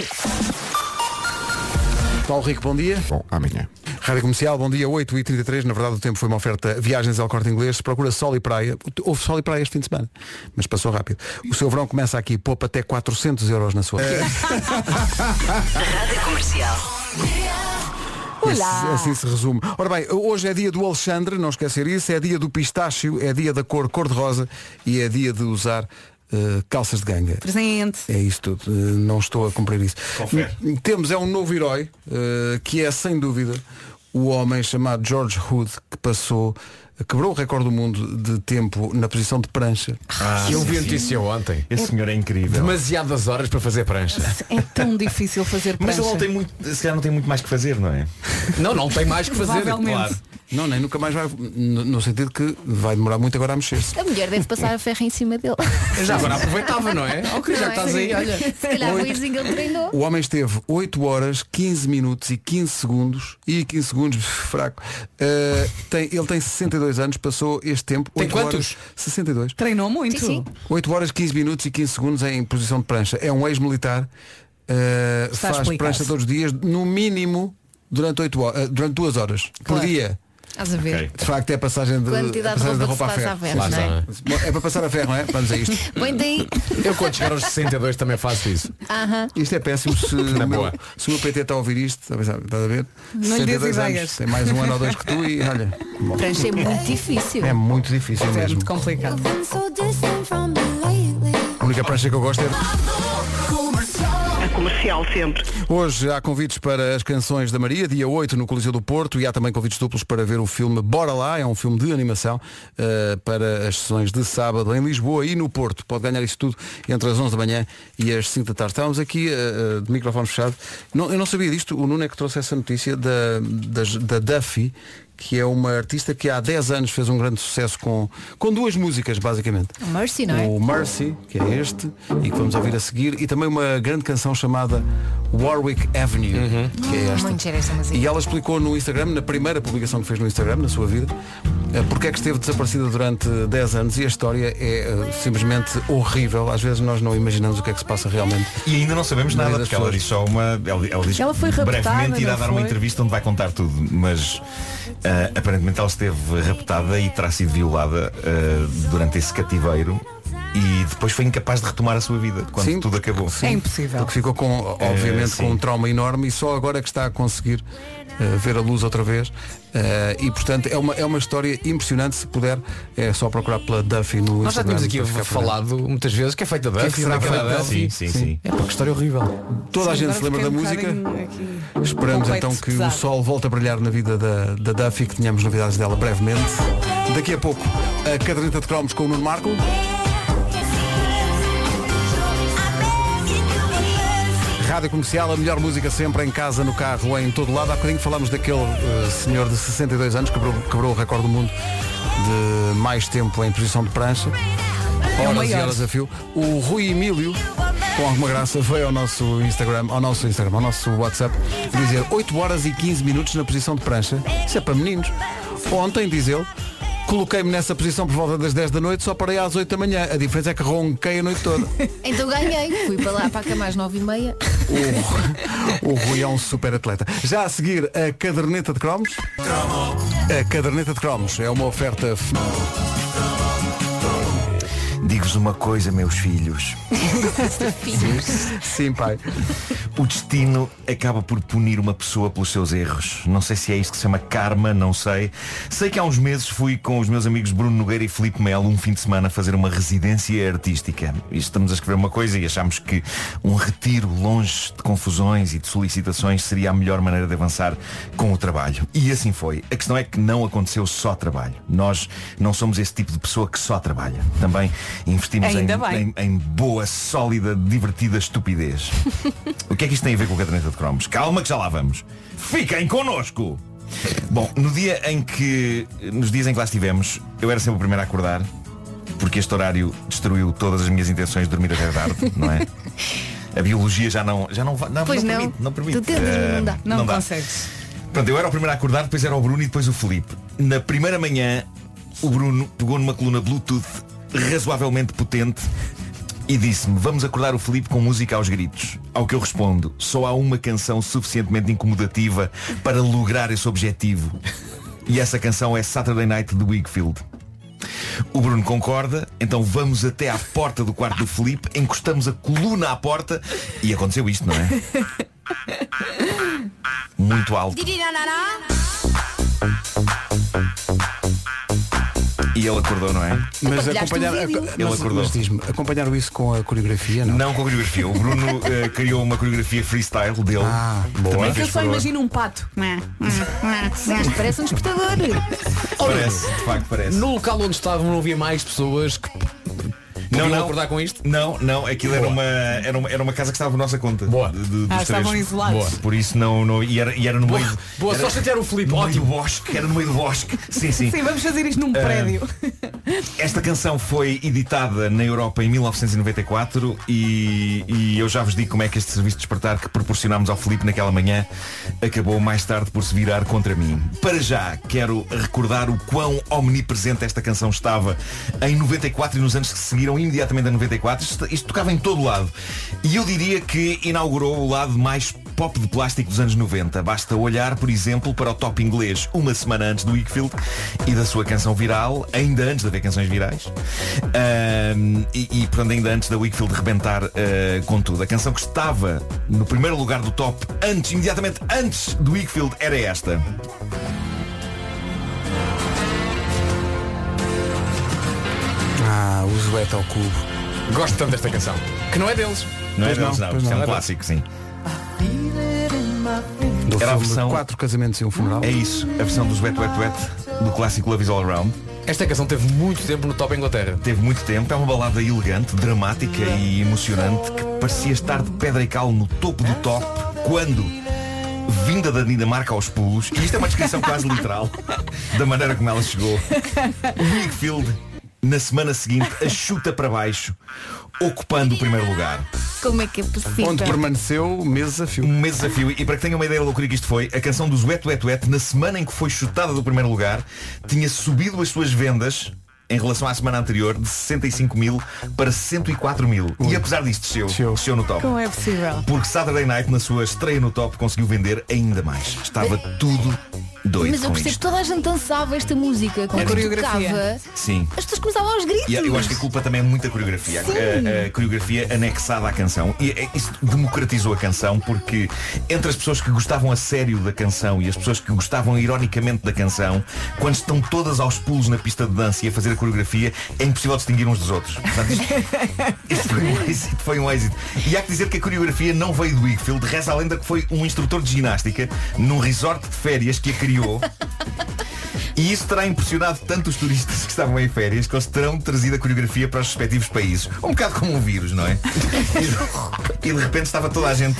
Paulo Rico, bom dia. Bom, amanhã. Rádio Comercial, bom dia, oito e trinta e três. Na verdade o tempo foi uma oferta Viagens ao Corte Inglês. Se procura sol e praia, houve sol e praia este fim de semana, mas passou rápido. O seu verão começa aqui, poupa até quatrocentos euros na sua vida. Rádio Comercial. Assim, assim se resume. Ora bem, hoje é dia do Alexandre, não esquecer isso, é dia do pistácio, é dia da cor cor-de-rosa e é dia de usar uh, calças de ganga. Presente. É isso tudo, uh, não estou a cumprir isso. N- Temos é um novo herói, uh, que é sem dúvida o homem chamado George Hood, que passou, quebrou o recorde do mundo de tempo na posição de prancha. Ah, eu vi a notícia ontem. Esse senhor é incrível. Demasiadas horas para fazer prancha. É tão difícil fazer Mas prancha. ele não tem muito, se calhar não tem muito mais que fazer, não é? Não, não tem mais que fazer. Provavelmente. Claro. Não, nem nunca mais vai, no, no sentido que vai demorar muito agora a mexer-se. A mulher deve passar a ferro em cima dele. Já agora aproveitava, não é? Ok, já Não é? estás aí, olha. Se calhar foi assim que ele treinou. O homem esteve oito horas, quinze minutos e quinze segundos e quinze segundos, fraco. Uh, tem, ele tem sessenta e dois anos, passou este tempo. Tem oito quantos? Horas, sessenta e dois. Treinou muito. Sim, sim. oito horas, quinze minutos e quinze segundos em posição de prancha. É um ex-militar, uh, Está faz explicado. prancha todos os dias, no mínimo durante, oito horas, uh, durante duas horas Claro. por dia. Estás a ver? Ok. De facto é a passagem de, a Quantidade de passagem roupa da que se roupa a passa ferro. a ferro, Lá não é? É para passar a ferro, não é? Vamos a isto. Põe daí. Eu quando chegar aos sessenta e dois também faço isso. Aham. Isto é péssimo se, o meu, boa. se o meu P T está a ouvir isto, está a pensar, estás a ver? Não lhe sessenta e des dois ideias. anos, tem mais um ano ou dois que tu e olha. bom. Prancha é muito difícil. É muito difícil É mesmo. muito complicado. A única prancha que eu gosto é. A comercial sempre. Hoje há convites para as canções da Maria, dia oito no Coliseu do Porto, e há também convites duplos para ver o filme Bora Lá, é um filme de animação, uh, para as sessões de sábado em Lisboa e no Porto. Pode ganhar isso tudo entre as onze da manhã e as cinco da tarde. Estávamos aqui uh, de microfone fechado. Não, eu não sabia disto, o Nuno é que trouxe essa notícia da, das- da Duffy, que é uma artista que há dez anos fez um grande sucesso com, com duas músicas, basicamente. O Mercy, não é? O Mercy, que é este, e que vamos ouvir a seguir, e também uma grande canção chamada Warwick Avenue, que é esta. Muito gira essa música. E ela explicou no Instagram, na primeira publicação que fez no Instagram, na sua vida, eh, porque é que esteve desaparecida durante dez anos, e a história é eh, simplesmente horrível. Às vezes nós não imaginamos o que é que se passa realmente. E ainda não sabemos Na nada, vida das porque ela pessoas. disse só uma. Ela, ela diz Ela foi que raptada, brevemente irá não dar uma foi? entrevista onde vai contar tudo. Mas ah, aparentemente ela esteve raptada e terá sido violada ah, durante esse cativeiro. E depois foi incapaz de retomar a sua vida quando Sim. tudo acabou. É impossível. Porque ficou com, obviamente, sim. com um trauma enorme, e só agora é que está a conseguir eh, ver a luz outra vez. Eh, e portanto é uma, é uma história impressionante. Se puder, é só procurar pela Duffy no Nós já Instagram. tínhamos aqui para ficar por dentro. falado muitas vezes que é feita da Que é Duffy, que será daquela feita da Duffy. Sim, sim, sim. É pá, que história horrível. Toda a Sim, gente agora se lembra da fiquei um música. bocadinho aqui. Esperamos Com o então peito que pesado. o sol volte a brilhar na vida da, da Duffy, que tenhamos novidades dela brevemente. Daqui a pouco, a caderneta de cromos com o Nuno Marco. Rádio Comercial, a melhor música sempre, em casa, no carro, em todo lado. Há bocadinho falámos daquele uh, senhor de sessenta e dois anos que quebrou, quebrou o recorde do mundo de mais tempo em posição de prancha. Horas e horas a fio. O Rui Emílio, com alguma graça, veio ao nosso Instagram, ao nosso Instagram, ao nosso WhatsApp, dizer oito horas e quinze minutos na posição de prancha. Isso é para meninos. Ontem, diz ele, coloquei-me nessa posição por volta das dez da noite, só parei às oito da manhã. A diferença é que ronquei a noite toda. Então ganhei. Fui para lá para a cama às nove e meia. O, o Rui é um super atleta. Já a seguir, a caderneta de cromos. A caderneta de cromos é uma oferta... Digo-vos uma coisa, meus filhos. Sim, sim, pai. O destino acaba por punir uma pessoa pelos seus erros. Não sei se é isto que se chama karma, não sei. Sei que há uns meses fui com os meus amigos Bruno Nogueira e Filipe Melo um fim de semana fazer uma residência artística. E estamos a escrever uma coisa e achámos que um retiro longe de confusões e de solicitações seria a melhor maneira de avançar com o trabalho. E assim foi. A questão é que não aconteceu só trabalho. Nós não somos esse tipo de pessoa que só trabalha. Também investimos em, em, em boa, sólida, divertida estupidez. O que é que isto tem a ver com a caderneta de cromos? Calma que já lá vamos. Fiquem connosco! Bom, no dia em que, nos dias em que lá estivemos, eu era sempre o primeiro a acordar, porque este horário destruiu todas as minhas intenções de dormir até tarde, não é? A biologia já não, já não, não, pois não, não. permite, não permite. Tu tentas, uh, não dá. Não, não dá. consegues. Pronto, eu era o primeiro a acordar, depois era o Bruno e depois o Filipe. Na primeira manhã, o Bruno pegou numa coluna Bluetooth razoavelmente potente e disse-me, vamos acordar o Filipe com música aos gritos. Ao que eu respondo, só há uma canção suficientemente incomodativa para lograr esse objetivo. E essa canção é Saturday Night de Wakefield. O Bruno concorda, então vamos até à porta do quarto do Filipe, encostamos a coluna à porta e aconteceu isto, não é? Muito alto. E ele acordou, não é? Mas acompanhar, ele mas, acordou. Mas diz-me, acompanharam isso com a coreografia, não? Não com a coreografia. O Bruno uh, criou uma coreografia freestyle dele. Ah, boa. É que eu só imagino um pato. Parece um despertador. Parece, de facto parece. No local onde estavam não havia mais pessoas que não, não acordar com isto? Não, não, aquilo era uma, era uma era uma casa que estava por nossa conta. Boa. De, de, ah, dos estavam três. isolados. Boa. Por isso não, não e, era, e era no Boa. meio. Boa, era, só chatear o Filipe. No Ótimo. meio do bosque, era no meio do bosque. Sim, sim. Sim, vamos fazer isto num Uh, prédio. Esta canção foi editada na Europa em mil novecentos e noventa e quatro e, e eu já vos digo como é que este serviço de despertar que proporcionámos ao Filipe naquela manhã acabou mais tarde por se virar contra mim. Para já, quero recordar o quão omnipresente esta canção estava em noventa e quatro e nos anos que seguiram imediatamente a noventa e quatro. Isto, isto tocava em todo lado. E eu diria que inaugurou o lado mais pop de plástico dos anos noventa. Basta olhar, por exemplo, para o top inglês uma semana antes do Wakefield e da sua canção viral, ainda antes de haver canções virais, uh, e, e portanto ainda antes da Wakefield rebentar uh, com tudo. A canção que estava no primeiro lugar do top, antes, imediatamente antes do Wakefield, era esta. Ah, o Zoete ao cubo. Gosto tanto desta canção. Que não é deles. Não é Pois deles, não, não. pois Isto não. é um clássico, sim. Do Era a filme versão- Quatro Casamentos e um Funeral. É isso, a versão dos Wet Wet Wet do clássico Love Is All Around. Esta canção teve muito tempo no top Inglaterra. Teve muito tempo, é uma balada elegante, dramática e emocionante que parecia estar de pedra e cal no topo do top quando, vinda da Dinamarca aos pulos, e isto é uma descrição quase literal da maneira como ela chegou, Wakefield, na semana seguinte, a chuta para baixo, ocupando o primeiro lugar. Como é que é possível? Onde permaneceu meses a fio. Um mês desafio. E para que tenham uma ideia da loucura que isto foi, a canção dos Wet Wet Wet, na semana em que foi chutada do primeiro lugar, tinha subido as suas vendas em relação à semana anterior de sessenta e cinco mil para cento e quatro mil. E apesar disto desceu, Desceu. desceu no top. Como é possível? Porque Saturday Night, na sua estreia no top, conseguiu vender ainda mais. Estava tudo doido Mas eu com percebo que isto. toda a gente dançava esta música com Era a coreografia. tocava, Sim. as pessoas começavam aos gritos. E eu acho que a culpa também é muita coreografia. A, a coreografia anexada à canção. E é- isso democratizou a canção porque entre as pessoas que gostavam a sério da canção e as pessoas que gostavam ironicamente da canção, quando estão todas aos pulos na pista de dança e a fazer a coreografia, é impossível distinguir uns dos outros. Portanto, isto, isto foi um êxito, foi um êxito. E há que dizer que a coreografia não veio do Wakefield. Reza a lenda que foi um instrutor de ginástica num resort de férias que a criou. E isso terá impressionado tanto os turistas que estavam em férias que eles terão trazido a coreografia para os respectivos países. Um bocado como um vírus, não é? E de, e de repente estava toda a gente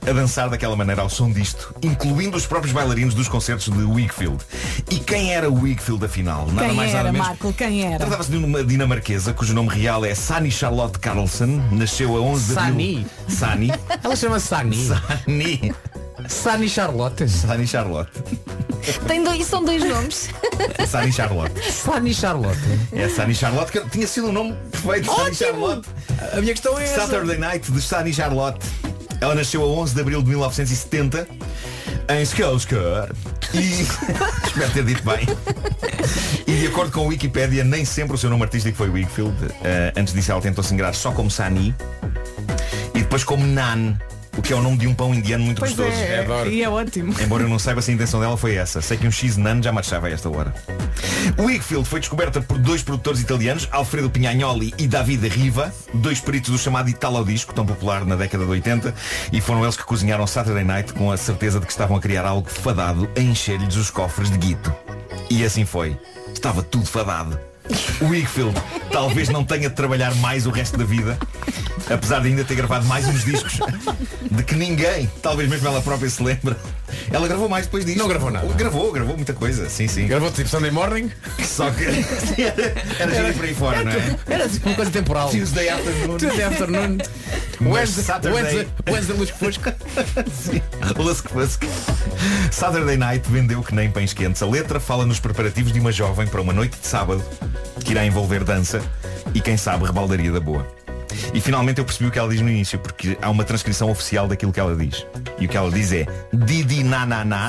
a dançar daquela maneira ao som disto, incluindo os próprios bailarinos dos concertos de Wakefield. E quem era o Wakefield afinal? Nada Quem mais era, nada menos. Marco? Quem era? Tratava-se de uma dinamarquesa cujo nome real é Sani Charlotte Carlson. Nasceu a onze de abril. Sani? Sani. Ela chama-se Sani. Sani. Sani Charlotte. Sani Charlotte. Tem dois, são dois nomes. Sani Charlotte. Sani Charlotte. É Sani Charlotte, que tinha sido um nome perfeito. Sani Charlotte. A minha questão é essa. Saturday Night de Sani Charlotte. Ela nasceu a onze de abril de mil novecentos e setenta em Skarsgård. E espero ter dito bem. E de acordo com a Wikipédia, nem sempre o seu nome artístico foi Wakefield. Uh, antes disso ela tentou se ingrar só como Sani e depois como Nan, o que é o nome de um pão indiano muito Pois gostoso. é, Adoro. e é ótimo. Embora eu não saiba se a intenção dela foi essa. Sei que um X-Nan já marchava a esta hora. Wakefield foi descoberta por dois produtores italianos, Alfredo Pignanoli e Davide Riva, dois peritos do chamado Italo Disco, tão popular na década de oitenta, e foram eles que cozinharam Saturday Night com a certeza de que estavam a criar algo fadado a encher-lhes os cofres de guito. E assim foi. Estava tudo fadado. Wakefield talvez não tenha de trabalhar mais o resto da vida, apesar de ainda ter gravado mais uns discos de que ninguém, talvez mesmo ela própria, se lembra. Ela gravou mais depois disto. Não gravou nada. Gravou, gravou muita coisa, sim, sim. Gravou tipo Sunday Morning. Só que era, era, era por aí fora, não é? Era tipo uma coisa temporal. Tuesday afternoon. Tuesday afternoon. Mas Wednesday, Saturday. Wednesday, Wednesday Lusco Fusco. Sim, Lusco Fusco. Saturday Night vendeu que nem pães quentes. A letra fala nos preparativos de uma jovem para uma noite de sábado que irá envolver dança e, quem sabe, rebaldaria da boa. E finalmente eu percebi o que ela diz no início, porque há uma transcrição oficial daquilo que ela diz. E o que ela diz é Didi na na na.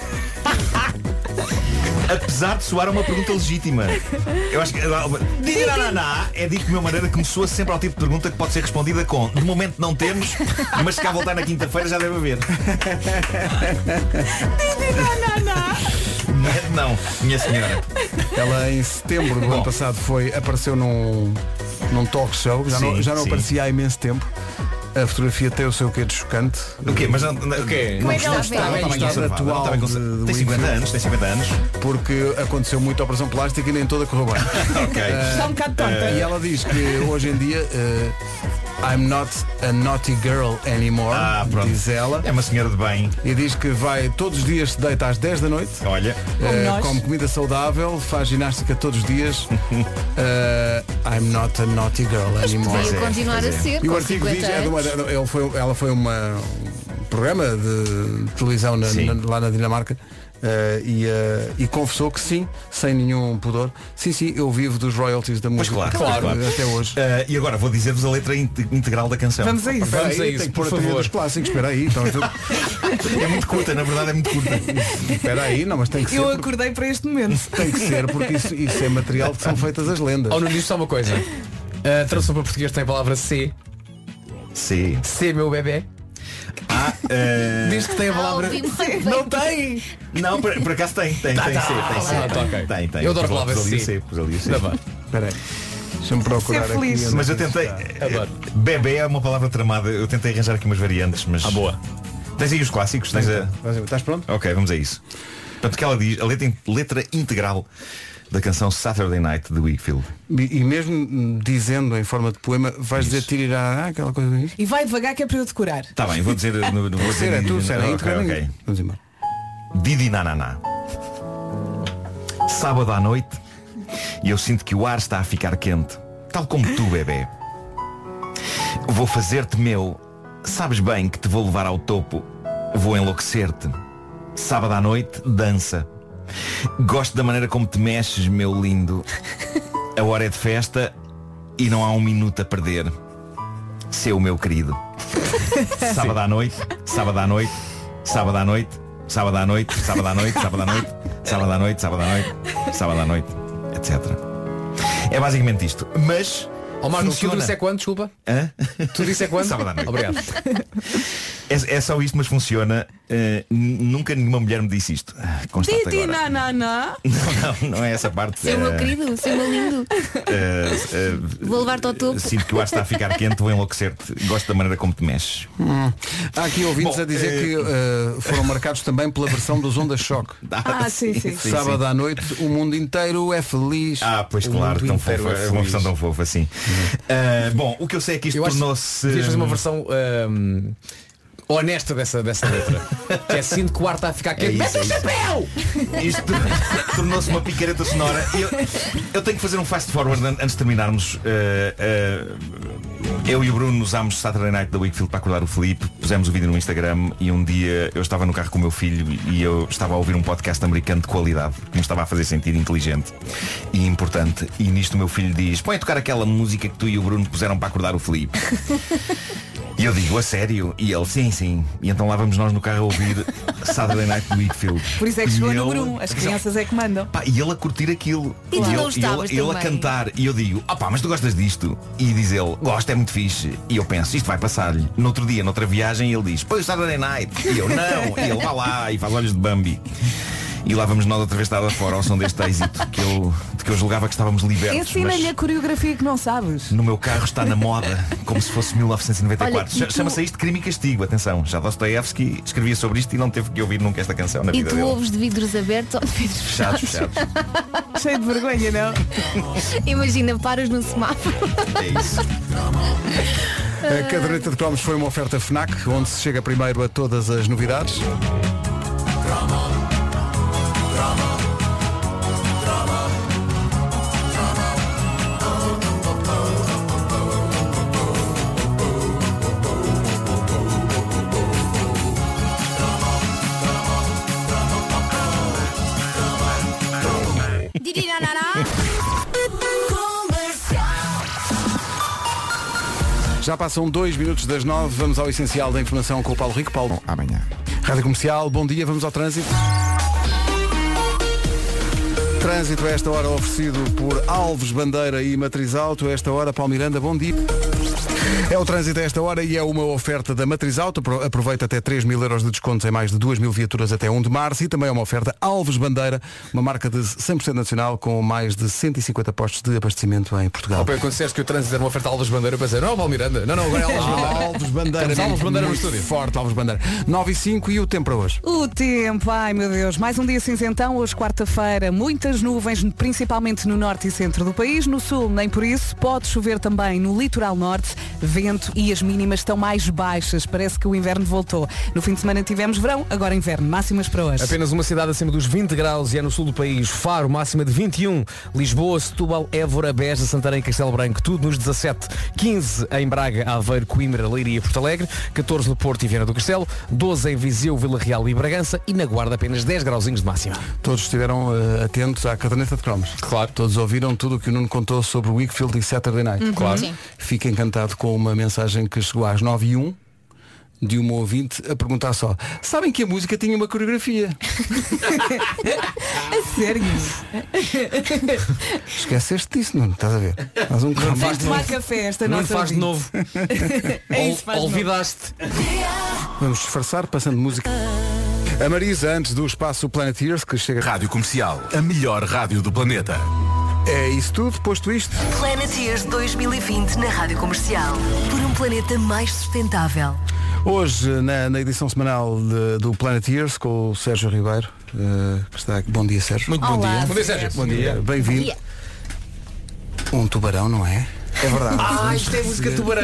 Apesar de soar uma pergunta legítima. Eu acho que Didi na na na é dito de uma maneira que me soa sempre ao tipo de pergunta que pode ser respondida com de momento não temos, mas se cá voltar na quinta-feira já deve haver. Didi na na na. Não, minha senhora. Ela em setembro do Bom. ano passado foi, apareceu num, num talk show, já Sim, não, já não sim. aparecia há imenso tempo. A fotografia tem o seu quê de chocante. O quê? Mas não, não, O quê? Como é que ela está, está? não está bem Está conservada, não está bem atual conservada. de- de Tem cinquenta Wakefield. anos, tem cinquenta anos. Porque aconteceu muita operação plástica e nem toda correu bem. Ok. Está um bocado tonta. E ela diz que hoje em dia eh, I'm not a naughty girl anymore, Ah, pronto. diz ela. É uma senhora de bem. E diz que vai todos os dias se deita às dez da noite, Olha. eh, nós. come comida saudável, faz ginástica todos os dias. Eh, I'm not a naughty girl anymore. Podia é, continuar pois a é. ser. E o com artigo diz, cinquenta é de uma, anos. ele foi, ela foi uma, um programa de televisão na- Sim. na- lá na Dinamarca. eh, e, eh, e confessou que sim, sem nenhum pudor, sim, sim, eu vivo dos royalties da Pois música. claro, claro, claro. Até hoje. Uh, e agora vou dizer-vos a letra inte- integral da canção. Vamos a isso. Espera Vamos a aí, isso, tem que pôr por a trilha favor. dos clássicos, espera aí, então, então, É muito curta, na verdade é muito curta. espera aí, não, mas tem que ser, Eu porque, acordei para este momento. tem que ser porque isso, isso é material que são feitas as lendas. Ou não diz só uma coisa. A tradução para português tem a palavra C. Sim. C, meu bebê. Ah, uh, Diz que tem a Ah, palavra. ouvi muito bem. Não tem! não, por, por acaso tem, tem, tem C, tem C. ah, tá, ok. Tem, tem. Eu adoro a Pus palavra ali o C. C, pus ali o C. Tá bem. Espera aí, deixa-me procurar Ser aqui. feliz. onde Mas é eu que isso tentei. está. Adoro. Bebê é uma palavra tramada. Eu tentei arranjar aqui umas variantes, mas. Ah, boa. Tens aí os clássicos? Tens a... Estás pronto? Ok, vamos a isso. Portanto, o que ela diz, a letra, letra integral da canção Saturday Night de Wakefield. E, e mesmo hum, dizendo em forma de poema, vais dizer tirirá, aquela coisa disso? E vai devagar que é para eu decorar. Está bem, vou dizer. No, no, vou Ser é tu, sério, ok, ok. Vamos embora. Didi Nananá. Sábado à noite e eu sinto que o ar está a ficar quente, tal como tu, bebê. Vou fazer-te meu. Sabes bem que te vou levar ao topo. Vou enlouquecer-te. Sábado à noite, dança. Gosto da maneira como te mexes, meu lindo. A hora é de festa e não há um minuto a perder. Seu meu querido. Sábado à noite, sábado à noite, sábado à noite, sábado à noite, sábado à noite, sábado à noite, sábado à noite, sábado à noite, sábado à noite, etcétera. É basicamente isto. Mas Ó Marcos, tu funciona. disse é quando, desculpa? Hã? Tu disse é quando? Sábado à noite. Obrigado. É, é só isto, mas funciona. Uh, n- nunca nenhuma mulher me disse isto. Ah, constato Didi agora. na na na. Não, não, não é essa parte. Seu meu Uh, querido, seu meu lindo. uh, uh, Vou levar-te ao topo. Sinto que o ar está a ficar quente, vou enlouquecer-te. Gosto da maneira como te mexes. Hum. Há aqui ouvintes Bom, a dizer eh, que eh, foram marcados também pela versão dos Ondas Choque. Ah, sim, sim. Sábado à noite o mundo inteiro é feliz. Ah, pois O claro, mundo tão inteiro fofa. é É uma feliz. versão tão fofa assim. Uh, bom, o que eu sei é que isto Eu acho tornou-se. que devias fazer uma versão ahm, honesta dessa, dessa letra. Que é sinto que o ar está a ficar quente. Mete o chapéu! Isto tornou-se uma picareta sonora. Eu, eu tenho que fazer um fast forward antes de terminarmos. Uh, uh, eu e o Bruno usámos Saturday Night da Wakefield para acordar o Felipe. Pusemos o vídeo no Instagram e um dia eu estava no carro com o meu filho e eu estava a ouvir um podcast americano de qualidade que me estava a fazer sentido inteligente e importante. E nisto o meu filho diz: põe a tocar aquela música que tu e o Bruno puseram para acordar o Felipe. E eu digo: a sério? E ele: sim, sim. E então lá vamos nós no carro a ouvir Saturday Night do Wakefield. Por isso é que chegou ele... número um. As crianças é que mandam. Pá, e ele a curtir aquilo. E tu ele, não estavas ele, ele a também. cantar. E eu digo: ah pá, mas tu gostas disto? E diz ele: gosto, é muito fixe. E eu penso: isto vai passar-lhe. No outro dia, noutra viagem, ele diz: põe o Saturday Night. E eu: não. E ele: vá lá. E faz olhos de Bambi. E lá vamos nós outra vez estar fora ao som deste êxito que eu, de que eu julgava que estávamos libertos. Ensina-lhe mas a coreografia que não sabes. no meu carro está na moda, como se fosse mil novecentos e noventa e quatro. Olha, e tu- Chama-se isto Crime e Castigo, atenção. Já Dostoiévski escrevia sobre isto e não teve que ouvir nunca esta canção na E vida tu dele. ouves de vidros abertos ou de vidros Fechados, fechados? fechados. Cheio de vergonha, não? Imagina, paras no semáforo. É isso. A caderneta de cromos foi uma oferta FNAC, onde se chega primeiro a todas as novidades. Já passam dois minutos das nove, vamos ao essencial da informação com o Paulo Rico. Paulo, Amanhã. Rádio Comercial, bom dia, vamos ao trânsito. Trânsito a esta hora oferecido por Alves Bandeira e Matriz Auto. A esta hora, Paulo Miranda, bom dia. É o trânsito a esta hora e é uma oferta da Matriz Auto. Aproveita até três mil euros de descontos em mais de duas mil viaturas até um de março. E também é uma oferta Alves Bandeira, uma marca de cem por cento nacional com mais de cento e cinquenta postos de abastecimento em Portugal. Ao pé, quando disseste que o trânsito era uma oferta Alves Bandeira, eu pensei: não, Paulo Miranda. Não, não, agora é Alves Bandeira. Alves Bandeira. Temos Alves Bandeira no Muito estúdio. Forte, Alves Bandeira. nove e cinco e o tempo para hoje. O tempo, ai meu Deus, mais um dia cinzentão, hoje quarta-feira, muitas nuvens, principalmente no norte e centro do país, no sul nem por isso, pode chover também no litoral norte, vento e as mínimas estão mais baixas, parece que o inverno voltou. No fim de semana tivemos verão, agora inverno, máximas para hoje. Apenas uma cidade acima dos vinte graus e é no sul do país. Faro, máxima de vinte e um. Lisboa, Setúbal, Évora, Beja, Santarém, Castelo Branco, tudo nos dezassete. quinze em Braga, Aveiro, Coimbra, Leiria e Porto Alegre. catorze no Porto e Viana do Castelo. doze em Viseu, Vila Real e Bragança. E na Guarda apenas dez grauzinhos de máxima. Todos estiveram uh, atentos à caderneta de cromos. Claro. Todos ouviram tudo o que o Nuno contou sobre o Wakefield e Saturday Night. Uhum, Claro. sim. Fica encantado com uma mensagem que chegou às nove e um de uma ouvinte a perguntar só: sabem que a música tinha uma coreografia? A sério? Esqueceste disso, Nuno, estás a ver? Faz um Não Tens faz de de tomar novo. café esta Não nossa faz de ouvinte. novo. É isso, faz de novo. Olvidaste. Vamos disfarçar passando música. A Marisa, antes do espaço Planeteers, que chega. Rádio Comercial, a melhor rádio do planeta. É isso tudo, posto isto. Planeteers dois mil e vinte na Rádio Comercial. Por um planeta mais sustentável. Hoje, na, na edição semanal de- do Planeteers, com o Sérgio Ribeiro, eh, que está aqui. Bom dia, Sérgio. Muito bom Olá, dia. Bom dia, Sérgio. Bom dia, bem-vindo. Dia. Um tubarão, não é? É verdade. Ah, isto é música tubarão.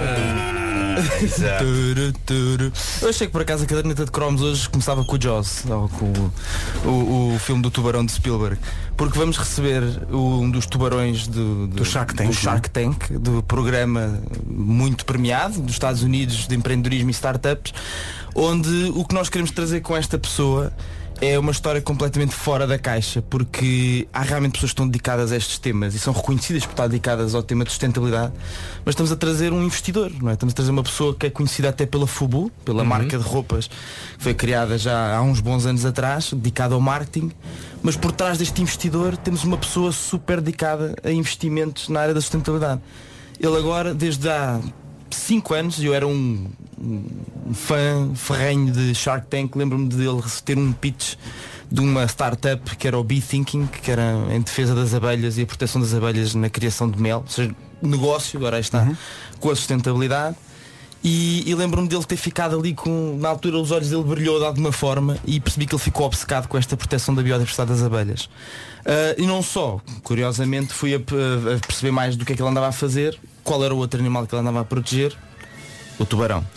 Eu achei que por acaso a caderneta de cromos hoje começava com o Jaws, ou com o, o, o filme do tubarão de Spielberg, porque vamos receber um dos tubarões do, do, Do Shark Tank, do Shark Tank, do programa muito premiado dos Estados Unidos de empreendedorismo e startups, onde o que nós queremos trazer com esta pessoa é uma história completamente fora da caixa, porque há realmente pessoas que estão dedicadas a estes temas e são reconhecidas por estar dedicadas ao tema de sustentabilidade, mas estamos a trazer um investidor, não é? Estamos a trazer uma pessoa que é conhecida até pela Fubu, pela marca de roupas que foi criada já há uns bons anos atrás, dedicada ao marketing, mas por trás deste investidor temos uma pessoa super dedicada a investimentos na área da sustentabilidade. Ele agora, desde há cinco anos, eu era um, um fã ferrenho de Shark Tank, lembro-me dele ter um pitch de uma startup que era o Bee Thinking, que era em defesa das abelhas e a proteção das abelhas na criação de mel, ou seja, negócio, agora aí está, uhum. com a sustentabilidade. E, e lembro-me dele ter ficado ali com, na altura os olhos dele brilhou de alguma forma e percebi que ele ficou obcecado com esta proteção da biodiversidade das abelhas. Uh, e não só, curiosamente fui a, a perceber mais do que é que ele andava a fazer, qual era o outro animal que ele andava a proteger, o tubarão.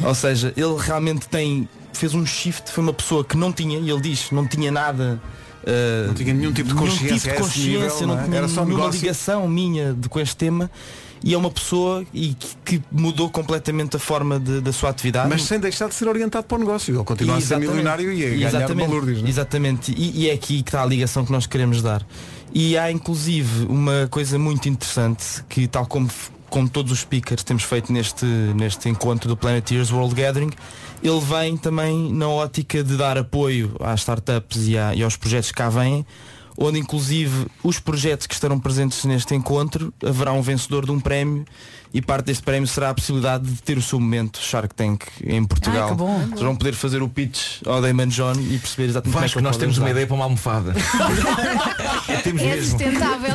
Ou seja, ele realmente tem, fez um shift, foi uma pessoa que não tinha, e ele diz, não tinha nada. Uh, não tinha nenhum tipo de consciência, nenhum tipo de consciência nível, não, não é? tinha Era só nenhuma negócio. ligação minha de, com este tema. E é uma pessoa e que, que mudou completamente a forma de, da sua atividade. Mas sem deixar de ser orientado para o negócio. Ele continua Exatamente. a ser milionário e a ganhar Exatamente. balúrdios. Não é? Exatamente. E, e é aqui que está a ligação que nós queremos dar. E há inclusive uma coisa muito interessante que, tal como com todos os speakers temos feito neste, neste encontro do Planeteers World Gathering, ele vem também na ótica de dar apoio às startups e, à, e aos projetos que cá vêm, onde inclusive os projetos que estarão presentes neste encontro haverá um vencedor de um prémio, e parte deste prémio será a possibilidade de ter o seu momento Shark Tank em Portugal. Ai, que bom. Vocês vão poder fazer o pitch ao Damon John e perceber exatamente Vasco, como é que nós temos uma ajudar. ideia para uma almofada. Temos É mesmo. sustentável.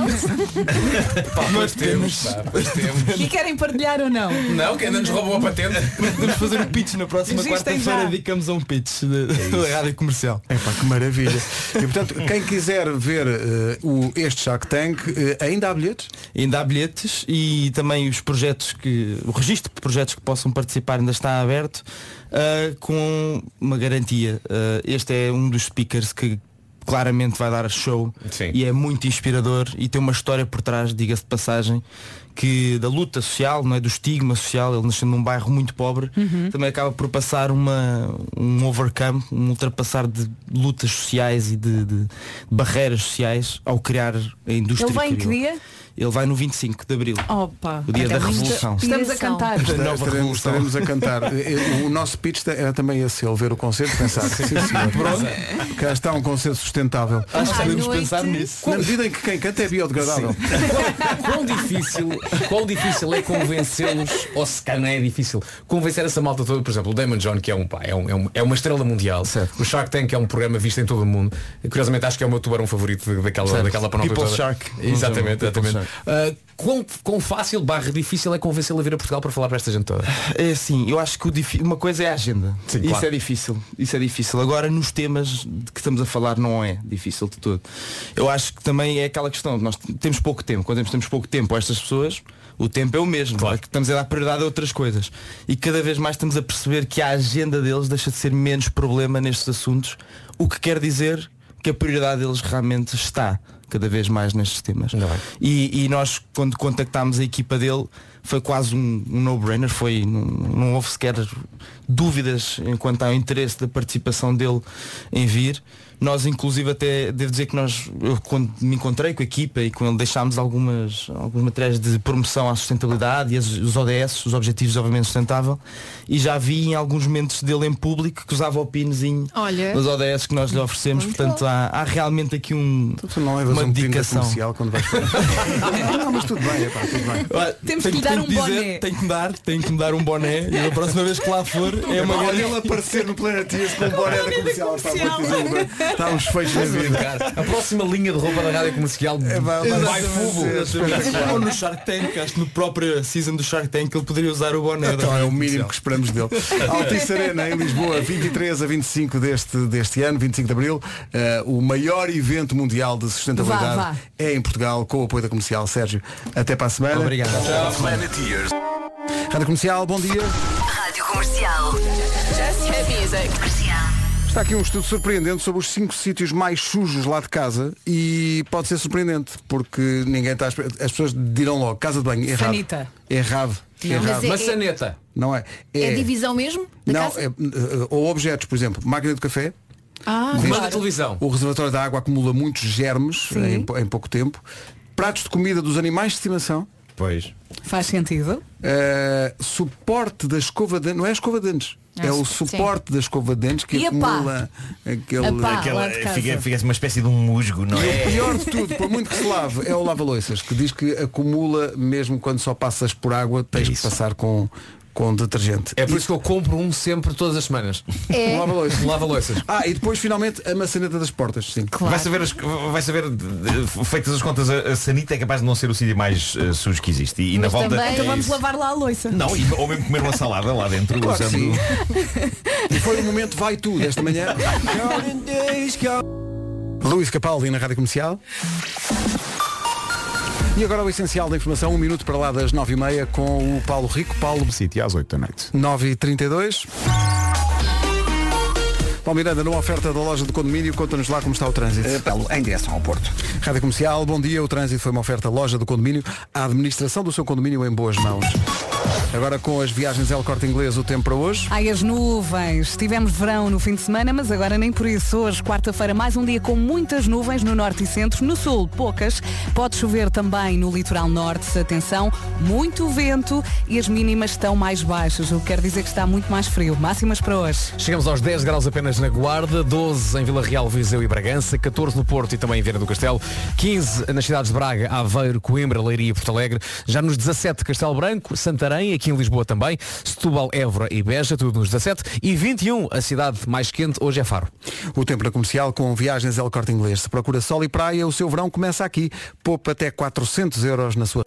Pá, pois temos, pá, pois temos. E querem partilhar ou não? Não, que ainda nos roubou a patente. Vamos fazer o pitch na próxima Existem quarta-feira, já. dedicamos a um pitch de- da rádio comercial. É pá, que maravilha. E portanto, quem quiser ver eh, o, este Shark Tank, eh, ainda há bilhetes? Ainda há bilhetes e também os projetos que. O registro de projetos que possam participar ainda está aberto, uh, com uma garantia. Uh, este é um dos speakers que claramente vai dar show. Sim. E é muito inspirador e tem uma história por trás, diga-se de passagem, que da luta social, não é, do estigma social. Ele nasceu num bairro muito pobre, Uhum. também acaba por passar uma, um overcome, um ultrapassar de lutas sociais e de, de barreiras sociais ao criar a indústria. Ele vai em que que criou. dia? Ele vai no vinte e cinco de Abril. Opa. O dia É da muita Revolução. Estamos a cantar. Da nova Estaremos, revolução. estaremos a cantar. Eh, O nosso pitch era também esse, ele ver o concerto e pensar, sim, senhor. Cá está um concerto sustentável. Acho que À podemos noite. pensar nisso. Na medida em que quem canta é biodegradável. Quão difícil, quão difícil é convencê-los, ou se calhar não é difícil, convencer essa malta toda, por exemplo, o Damon John, que é, um, pá, é, um, é, um- é uma estrela mundial, Certo. o Shark Tank é um programa visto em todo o mundo, curiosamente acho que é o meu tubarão favorito de- daquela, Certo. daquela panóplia People toda. Shark. Exatamente, People exatamente. Uh, quão, quão fácil barra difícil é convencê-lo a vir a Portugal para falar para esta gente toda? É assim, eu acho que o difi- uma coisa é a agenda. Sim, Isso claro. é difícil. Isso é difícil. Agora nos temas de que estamos a falar não é difícil de todo. Eu acho que também é aquela questão, nós temos pouco tempo. Quando temos pouco tempo a estas pessoas, o tempo é o mesmo. Claro. É que estamos a dar prioridade a outras coisas. E cada vez mais estamos a perceber que a agenda deles deixa de ser menos problema nestes assuntos, o que quer dizer que a prioridade deles realmente está cada vez mais nestes temas. Ainda bem. E, e nós, quando contactámos a equipa dele, foi quase um, um no-brainer, foi, não, não houve sequer dúvidas enquanto ao interesse da participação dele em vir. Nós inclusive até, devo dizer que nós, eu, quando me encontrei com a equipa e com ele, deixámos algumas, alguns materiais de promoção à sustentabilidade e as- os O D S, os Objetivos de Desenvolvimento Sustentável, e já vi em alguns momentos dele em público que usava o pinozinho Olha. dos O D S que nós lhe oferecemos. Muito Portanto, há, há realmente aqui um, Tu não levas uma um pino da dedicação. comercial quando vais para... Não, mas tudo bem, epá, tudo bem. Olha, Temos tenho- que lhe dar tenho um dizer- boné. Tenho que me dar, tenho que me dar um boné e a próxima vez que lá for é uma Olha grande... ele aparecer no Planeteers com o boné da comercial. Está muito dizer, estávamos feitos na vida. A próxima linha de roupa da rádio comercial É, vai- vai- vai fuvo. espetacular. Ou no Shark Tank, acho que no próprio season do Shark Tank ele poderia usar o boné. Então da é o rádio mínimo que comercial. esperamos dele. Altice Arena em Lisboa, vinte e três a vinte e cinco deste, deste ano, vinte e cinco de Abril, eh, o maior evento mundial de sustentabilidade Vá, vá. é em Portugal, com o apoio da comercial. Sérgio, até para a semana. Obrigado. Planeteers. Rádio Comercial, bom dia. Rádio Comercial. Just hit music. Comercial. Está aqui um estudo surpreendente sobre os cinco sítios mais sujos lá de casa e pode ser surpreendente, porque ninguém está a esper- as pessoas dirão logo, casa de banho, errado. Sanita. Errado. Não, errado. mas é- Maçaneta. Não é. É divisão mesmo? Da Não, casa? é, eh, ou objetos, por exemplo, máquina de café. Ah, Comando claro. da televisão. O reservatório da água acumula muitos germes Sim. em, pou- em pouco tempo. Pratos de comida dos animais de estimação. Pois. Faz sentido. Uh, suporte da escova de dentes. Não é a escova de dentes. Ah, é o sim. suporte da escova de dentes que E a pá? acumula aquele. A pá? Aquela, lá de casa. fica, fica uma espécie de um musgo, não E o é? pior de tudo, por muito que se lave, é o lava-loiças, que diz que acumula mesmo quando só passas por água, tens É que isso. passar com, com detergente. É por isso que eu compro um sempre todas as semanas. É. Um lava-loiças. Um lava-loiças. Ah, e depois finalmente a maçaneta das portas. Sim. Claro. Vai saber, as- vai saber de- de- feitas as contas, a, a sanita é capaz de não ser o sítio mais eh, sujo que existe. E, e na Mas volta. também- Então vamos lavar lá a louça. Não, e- ou mesmo comer uma salada lá dentro. Claro que usando- sim. E foi o momento vai tu desta manhã. Luís Capaldi na Rádio Comercial. E agora o essencial da informação, um minuto para lá das nove e meia com o Paulo Rico. Paulo, City às oito da noite. nove e trinta e dois. Paulo Miranda, numa oferta da loja de condomínio, conta-nos lá como está o trânsito. Uh, Paulo, em direção ao Porto. Rádio Comercial, bom dia. O trânsito foi uma oferta loja do condomínio. A administração do seu condomínio em boas mãos. Agora com as viagens El Corte Inglês, o tempo para hoje. Ai, as nuvens. Tivemos verão no fim de semana, mas agora nem por isso. Hoje, quarta-feira, mais um dia com muitas nuvens no norte e centro. No sul, poucas. Pode chover também no litoral norte. Atenção, muito vento e as mínimas estão mais baixas. O que quer dizer que está muito mais frio. Máximas para hoje. Chegamos aos dez graus apenas na Guarda, doze em Vila Real, Viseu e Bragança, catorze no Porto e também em Viana do Castelo, quinze nas cidades de Braga, Aveiro, Coimbra, Leiria e Porto Alegre. Já nos dezassete, Castelo Branco, Santarém, aqui em Lisboa também, Setúbal, Évora e Beja, tudo nos dezassete, e vinte e um, a cidade mais quente, hoje é Faro. O tempo na Comercial com viagens El Corte Inglês. Se procura sol e praia, o seu verão começa aqui. Poupa até quatrocentos euros na sua...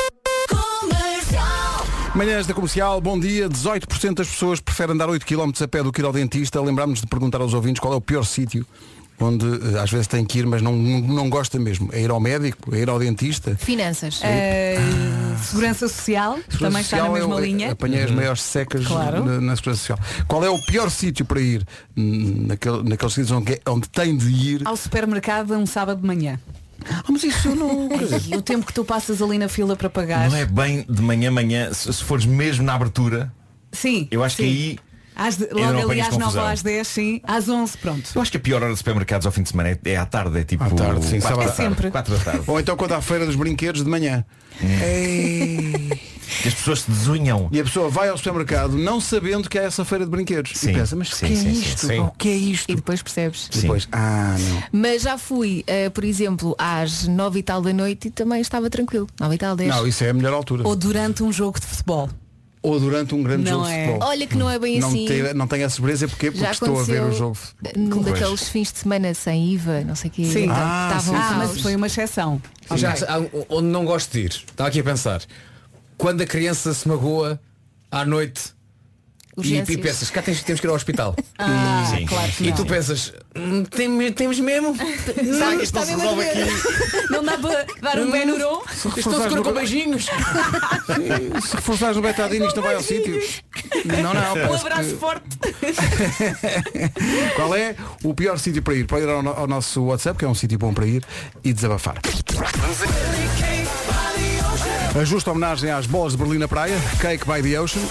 Manhãs da Comercial, bom dia. dezoito por cento das pessoas preferem andar oito quilómetros a pé do que ir ao dentista. Lembrámos de perguntar aos ouvintes qual é o pior sítio onde às vezes tem que ir, mas não, não, não gosta mesmo. É ir ao médico, é ir ao dentista. Finanças. É, ah, segurança Social, Segurança também está na mesma eu, linha. Apanhei as maiores secas Claro. na, na Segurança Social. Qual é o pior sítio para ir? Naquele, naqueles sítios onde, onde tem de ir? Ao supermercado um sábado de manhã. Ah, mas isso eu não... Ai, o tempo que tu passas ali na fila para pagar. Não é bem de manhã, manhã, se, se fores mesmo na abertura, Sim. eu acho sim. que aí... Às de, ainda logo não ali apanhas às nove confusão. ou às dez, sim. Às onze, pronto. Eu acho que a pior hora de supermercados ao fim de semana é, é à tarde, é tipo À tarde, sim, quatro sábado da à tarde, sempre. quatro da tarde. Ou então quando há a feira dos brinquedos de manhã. Ei. E as pessoas se desunham. E a pessoa vai ao supermercado não sabendo que há essa feira de brinquedos. Sim, E pensa, mas o sim, que é sim, sim, isto? sim. O que é isto? E depois percebes. E depois, ah, não. Mas já fui, eh, por exemplo, às nove e tal da noite e também estava tranquilo. Nove e tal, dez. Não, isso é a melhor altura. Ou durante um jogo de futebol. Ou durante um grande Não jogo é. de futebol. Olha que não é bem não assim. Tem, não tenho a surpresa porque, porque Já estou a ver aconteceu o jogo. num daqueles fins de semana sem I V A, não sei o quê. Sim. Então, Ah, estavam sim, Ah, sim, caos. mas foi uma exceção. Já, há um- onde não gosto de ir, estava aqui a pensar, quando a criança se magoa à noite e, Urgências. e pensas, cá tens, temos que ir ao hospital. Ah, Sim. claro que E não. tu pensas, "Hum, tem- temos mesmo? Não, Isto está não se mesmo a resolve doer. aqui. Não dá para dar um Benuron? Isto não se cura com beijinhos. Sim, se reforçares no betadine isto não vai ao sítio. Não, não. Um parece abraço que- forte. Qual é o pior sítio para ir? Pode ir ao, no- ao nosso WhatsApp, que é um sítio bom para ir e desabafar. A justa homenagem às bolas de Berlim na praia, Cake by the Ocean.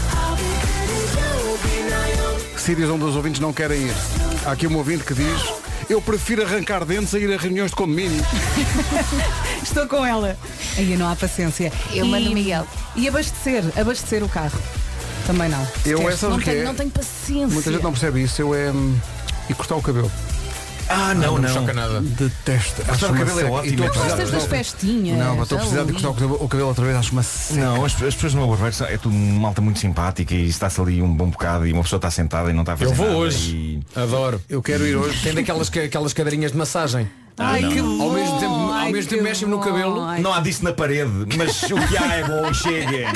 Sítios onde os ouvintes não querem ir. Há aqui um ouvinte que diz: eu prefiro arrancar dentes a ir a reuniões de condomínio. Estou com ela. Aí não há paciência. Eu e, mando Miguel. E abastecer, abastecer o carro. Também não. Eu Esquece. é, sabes não, o que tenho, é? não tenho paciência. Muita gente não percebe isso. Eu é. hum, E cortar o cabelo. Ah, não, Não me não. choca nada. Detesto. Cortar Acho o uma cabelo é seca. ótimo, E estou a é precisar Gostas de- das festinhas? Não, mas estou a precisar de Ali. cortar o cabelo, o cabelo outra vez. Acho uma seca. Não, as, as pessoas no meu barbeiro é tudo uma malta muito simpática e está-se ali um bom bocado e uma pessoa está sentada e não está a fazer Eu vou nada hoje. e- Adoro. Eu quero ir hoje. Tem daquelas ca- aquelas cadeirinhas de massagem. Ai, não, que não. bom. Ao mesmo tempo, ao Ai, mesmo que tempo mexem-me no bom. cabelo. Ai, Não há disso na parede, mas o que há é bom, chega.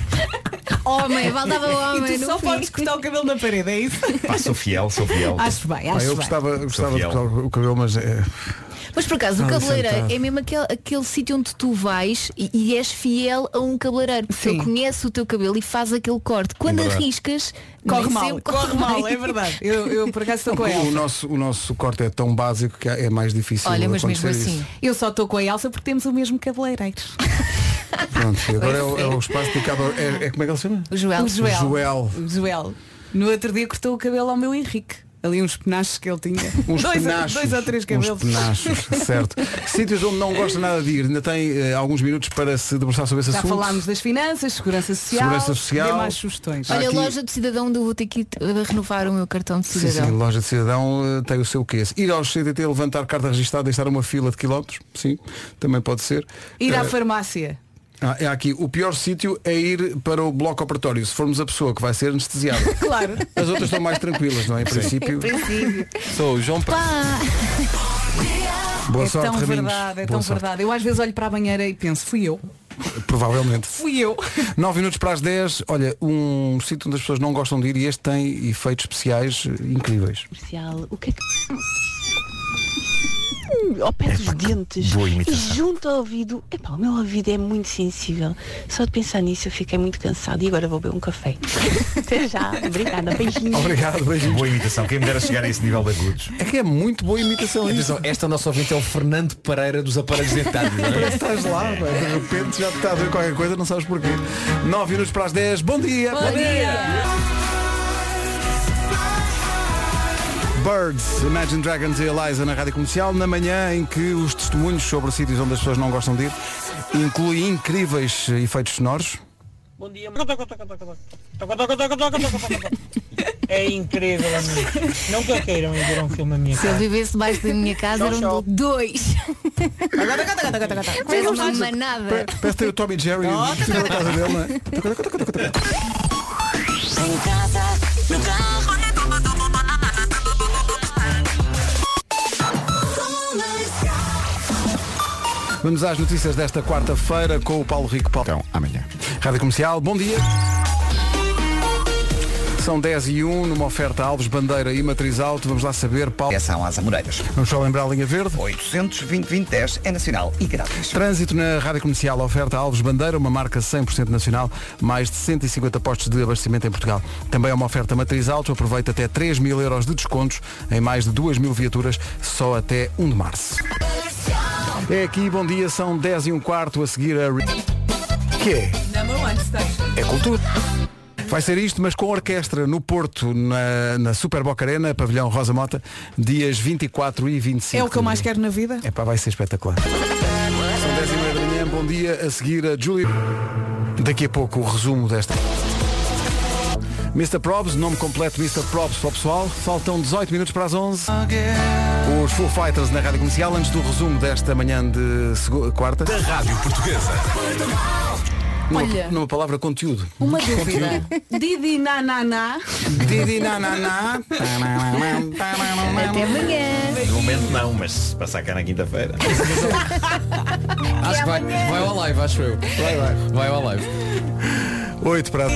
Homem, valdava o homem. E tu no só fim. podes cortar o cabelo na parede, é isso? Pá, sou fiel, sou fiel. Acho bem, Ah, acho eu bem. gostava, gostava de fiel. cortar o cabelo, mas é. Mas por acaso, o Nada cabeleireiro sentado. é mesmo aquele, aquele sítio onde tu vais e, e és fiel a um cabeleireiro. Porque Sim. ele conhece o teu cabelo e faz aquele corte. Quando Verdade. arriscas, Corre nem mal, sempre corre mal, bem. é verdade. Eu, eu por acaso estou com a O Elsa. nosso, o nosso corte é tão básico que é mais difícil. Olha, mas mesmo acontecer assim. isso. Eu só estou com a Elsa porque temos o mesmo cabeleireiro. Pronto, e agora é o, é o espaço dedicado ao, é, é como é que ele se chama? O Joel. O Joel. Joel. O Joel. No outro dia cortou o cabelo ao meu Henrique. Ali uns penachos que ele tinha. Uns dois, penachos. dois ou três cabelos. Uns penachos, certo. Sítios onde não gosta nada de ir. Ainda tem eh, alguns minutos para se debruçar sobre esse Já assunto. falámos das finanças, segurança social. Segurança social. Dê mais sugestões. Olha, Aqui- a loja de cidadão onde eu vou ter que ir eh, renovar o meu cartão de Sim, cidadão. sim, loja de cidadão eh, tem o seu quê? Ir ao C D T, levantar carta registada e estar uma fila de quilómetros, sim, também pode ser. Ir à Eh, farmácia. Ah, é aqui, o pior sítio é ir para o bloco operatório, se formos a pessoa que vai ser anestesiada. Claro. As outras estão mais tranquilas, não é? Em princípio. Em princípio. Sou o João. Pá! Boa é sorte, tão Raminhos. verdade, é Boa tão sorte. verdade. Eu às vezes olho para a banheira e penso, fui eu. Provavelmente. Fui eu. nove minutos para as dez. Olha, um sítio onde as pessoas não gostam de ir e este tem efeitos especiais eh, incríveis. Comercial, o que é que... hum, ao pé dos dentes boa e imitação. junto ao ouvido. Epá, o meu ouvido é muito sensível. Só de pensar nisso eu fiquei muito cansado e agora vou beber um café. Até já. Obrigada. Beijinhos. Obrigado, beijinhos. Boa imitação. Quem me dera chegar a esse nível de agudos. É que é muito boa imitação. Atenção, esta nossa ouvinte é o Fernando Pereira dos aparelhos dentários. Não é? Parece que estás lá, bem, de repente já te está a ver qualquer coisa, não sabes porquê. nove minutos para as dez. Bom dia! Bom dia! Birds, Imagine Dragons e Eliza na Rádio Comercial, na manhã em que os testemunhos sobre sítios onde as pessoas não gostam de ir incluem incríveis efeitos sonoros. Bom dia. É incrível, amigo. Não que eu queiram ir ver um filme a minha Se casa. ele vivesse debaixo da minha casa, Tchau, eram tchau. dois. Fez uma manada. Parece que tem o Tommy Jerry em cima da casa dele, não é? Em casa, no carro. Vamos às notícias desta quarta-feira com o Paulo Rico. Paulo. Então, amanhã. Rádio Comercial, bom dia. São dez e um, numa oferta Alves Bandeira e Matriz Alto. Vamos lá saber, Paulo. São às Amoreiras. Vamos só lembrar a linha verde. oitocentos, vinte, vinte, dez é nacional e grátis. Trânsito na Rádio Comercial, oferta Alves Bandeira, uma marca cem por cento nacional, mais de cento e cinquenta postos de abastecimento em Portugal. Também é uma oferta Matriz Alto, aproveita até três mil euros de descontos em mais de duas mil viaturas, só até um de março. É aqui, bom dia, são dez e um quarto, a seguir a... Que é? É cultura. Vai ser isto, mas com orquestra no Porto, na, na Super Boca Arena, pavilhão Rosa Mota, dias vinte e quatro e vinte e cinco. É o que eu mais quero na vida. É pá, vai ser espetacular. São dez e meia da manhã, bom dia, a seguir a Julie. Daqui a pouco o resumo desta. mister Probs, nome completo mister Probs para o pessoal. Faltam dezoito minutos para as onze. Os Full Fighters na Rádio Comercial, antes do resumo desta manhã de segunda, quarta. Da Rádio Portuguesa. Numa, Olha. numa palavra conteúdo. Uma dúvida. Didi na na na. Didi na na na. Até amanhã. De momento não, mas se passar cá na quinta-feira. Acho que vai, vai ao live, acho eu. Vai, vai. Vai ao live. oito para...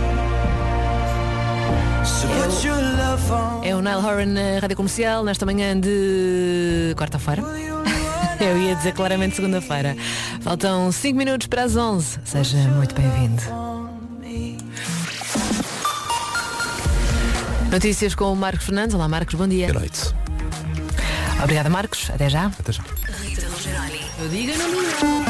É o Nile Horan na Rádio Comercial nesta manhã de quarta-feira. Eu ia dizer claramente segunda-feira. Faltam cinco minutos para as onze. Seja muito bem-vindo. Notícias com o Marcos Fernandes. Olá, Marcos, bom dia. Boa noite. Obrigada, Marcos. Até já. Até já. Rita Rogeroni. Eu digo, não digo.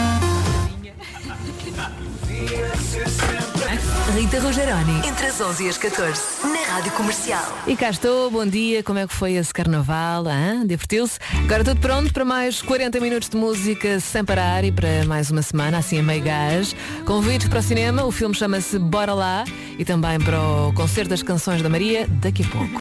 Rita Rogeroni. Entre as onze e as catorze. Na Rádio Comercial. E cá estou, bom dia, como é que foi esse carnaval? Hein? Divertiu-se? Agora tudo pronto para mais quarenta minutos de música sem parar e para mais uma semana, assim a meio gás. Convites para o cinema, o filme chama-se Bora Lá, e também para o concerto das canções da Maria, daqui a pouco.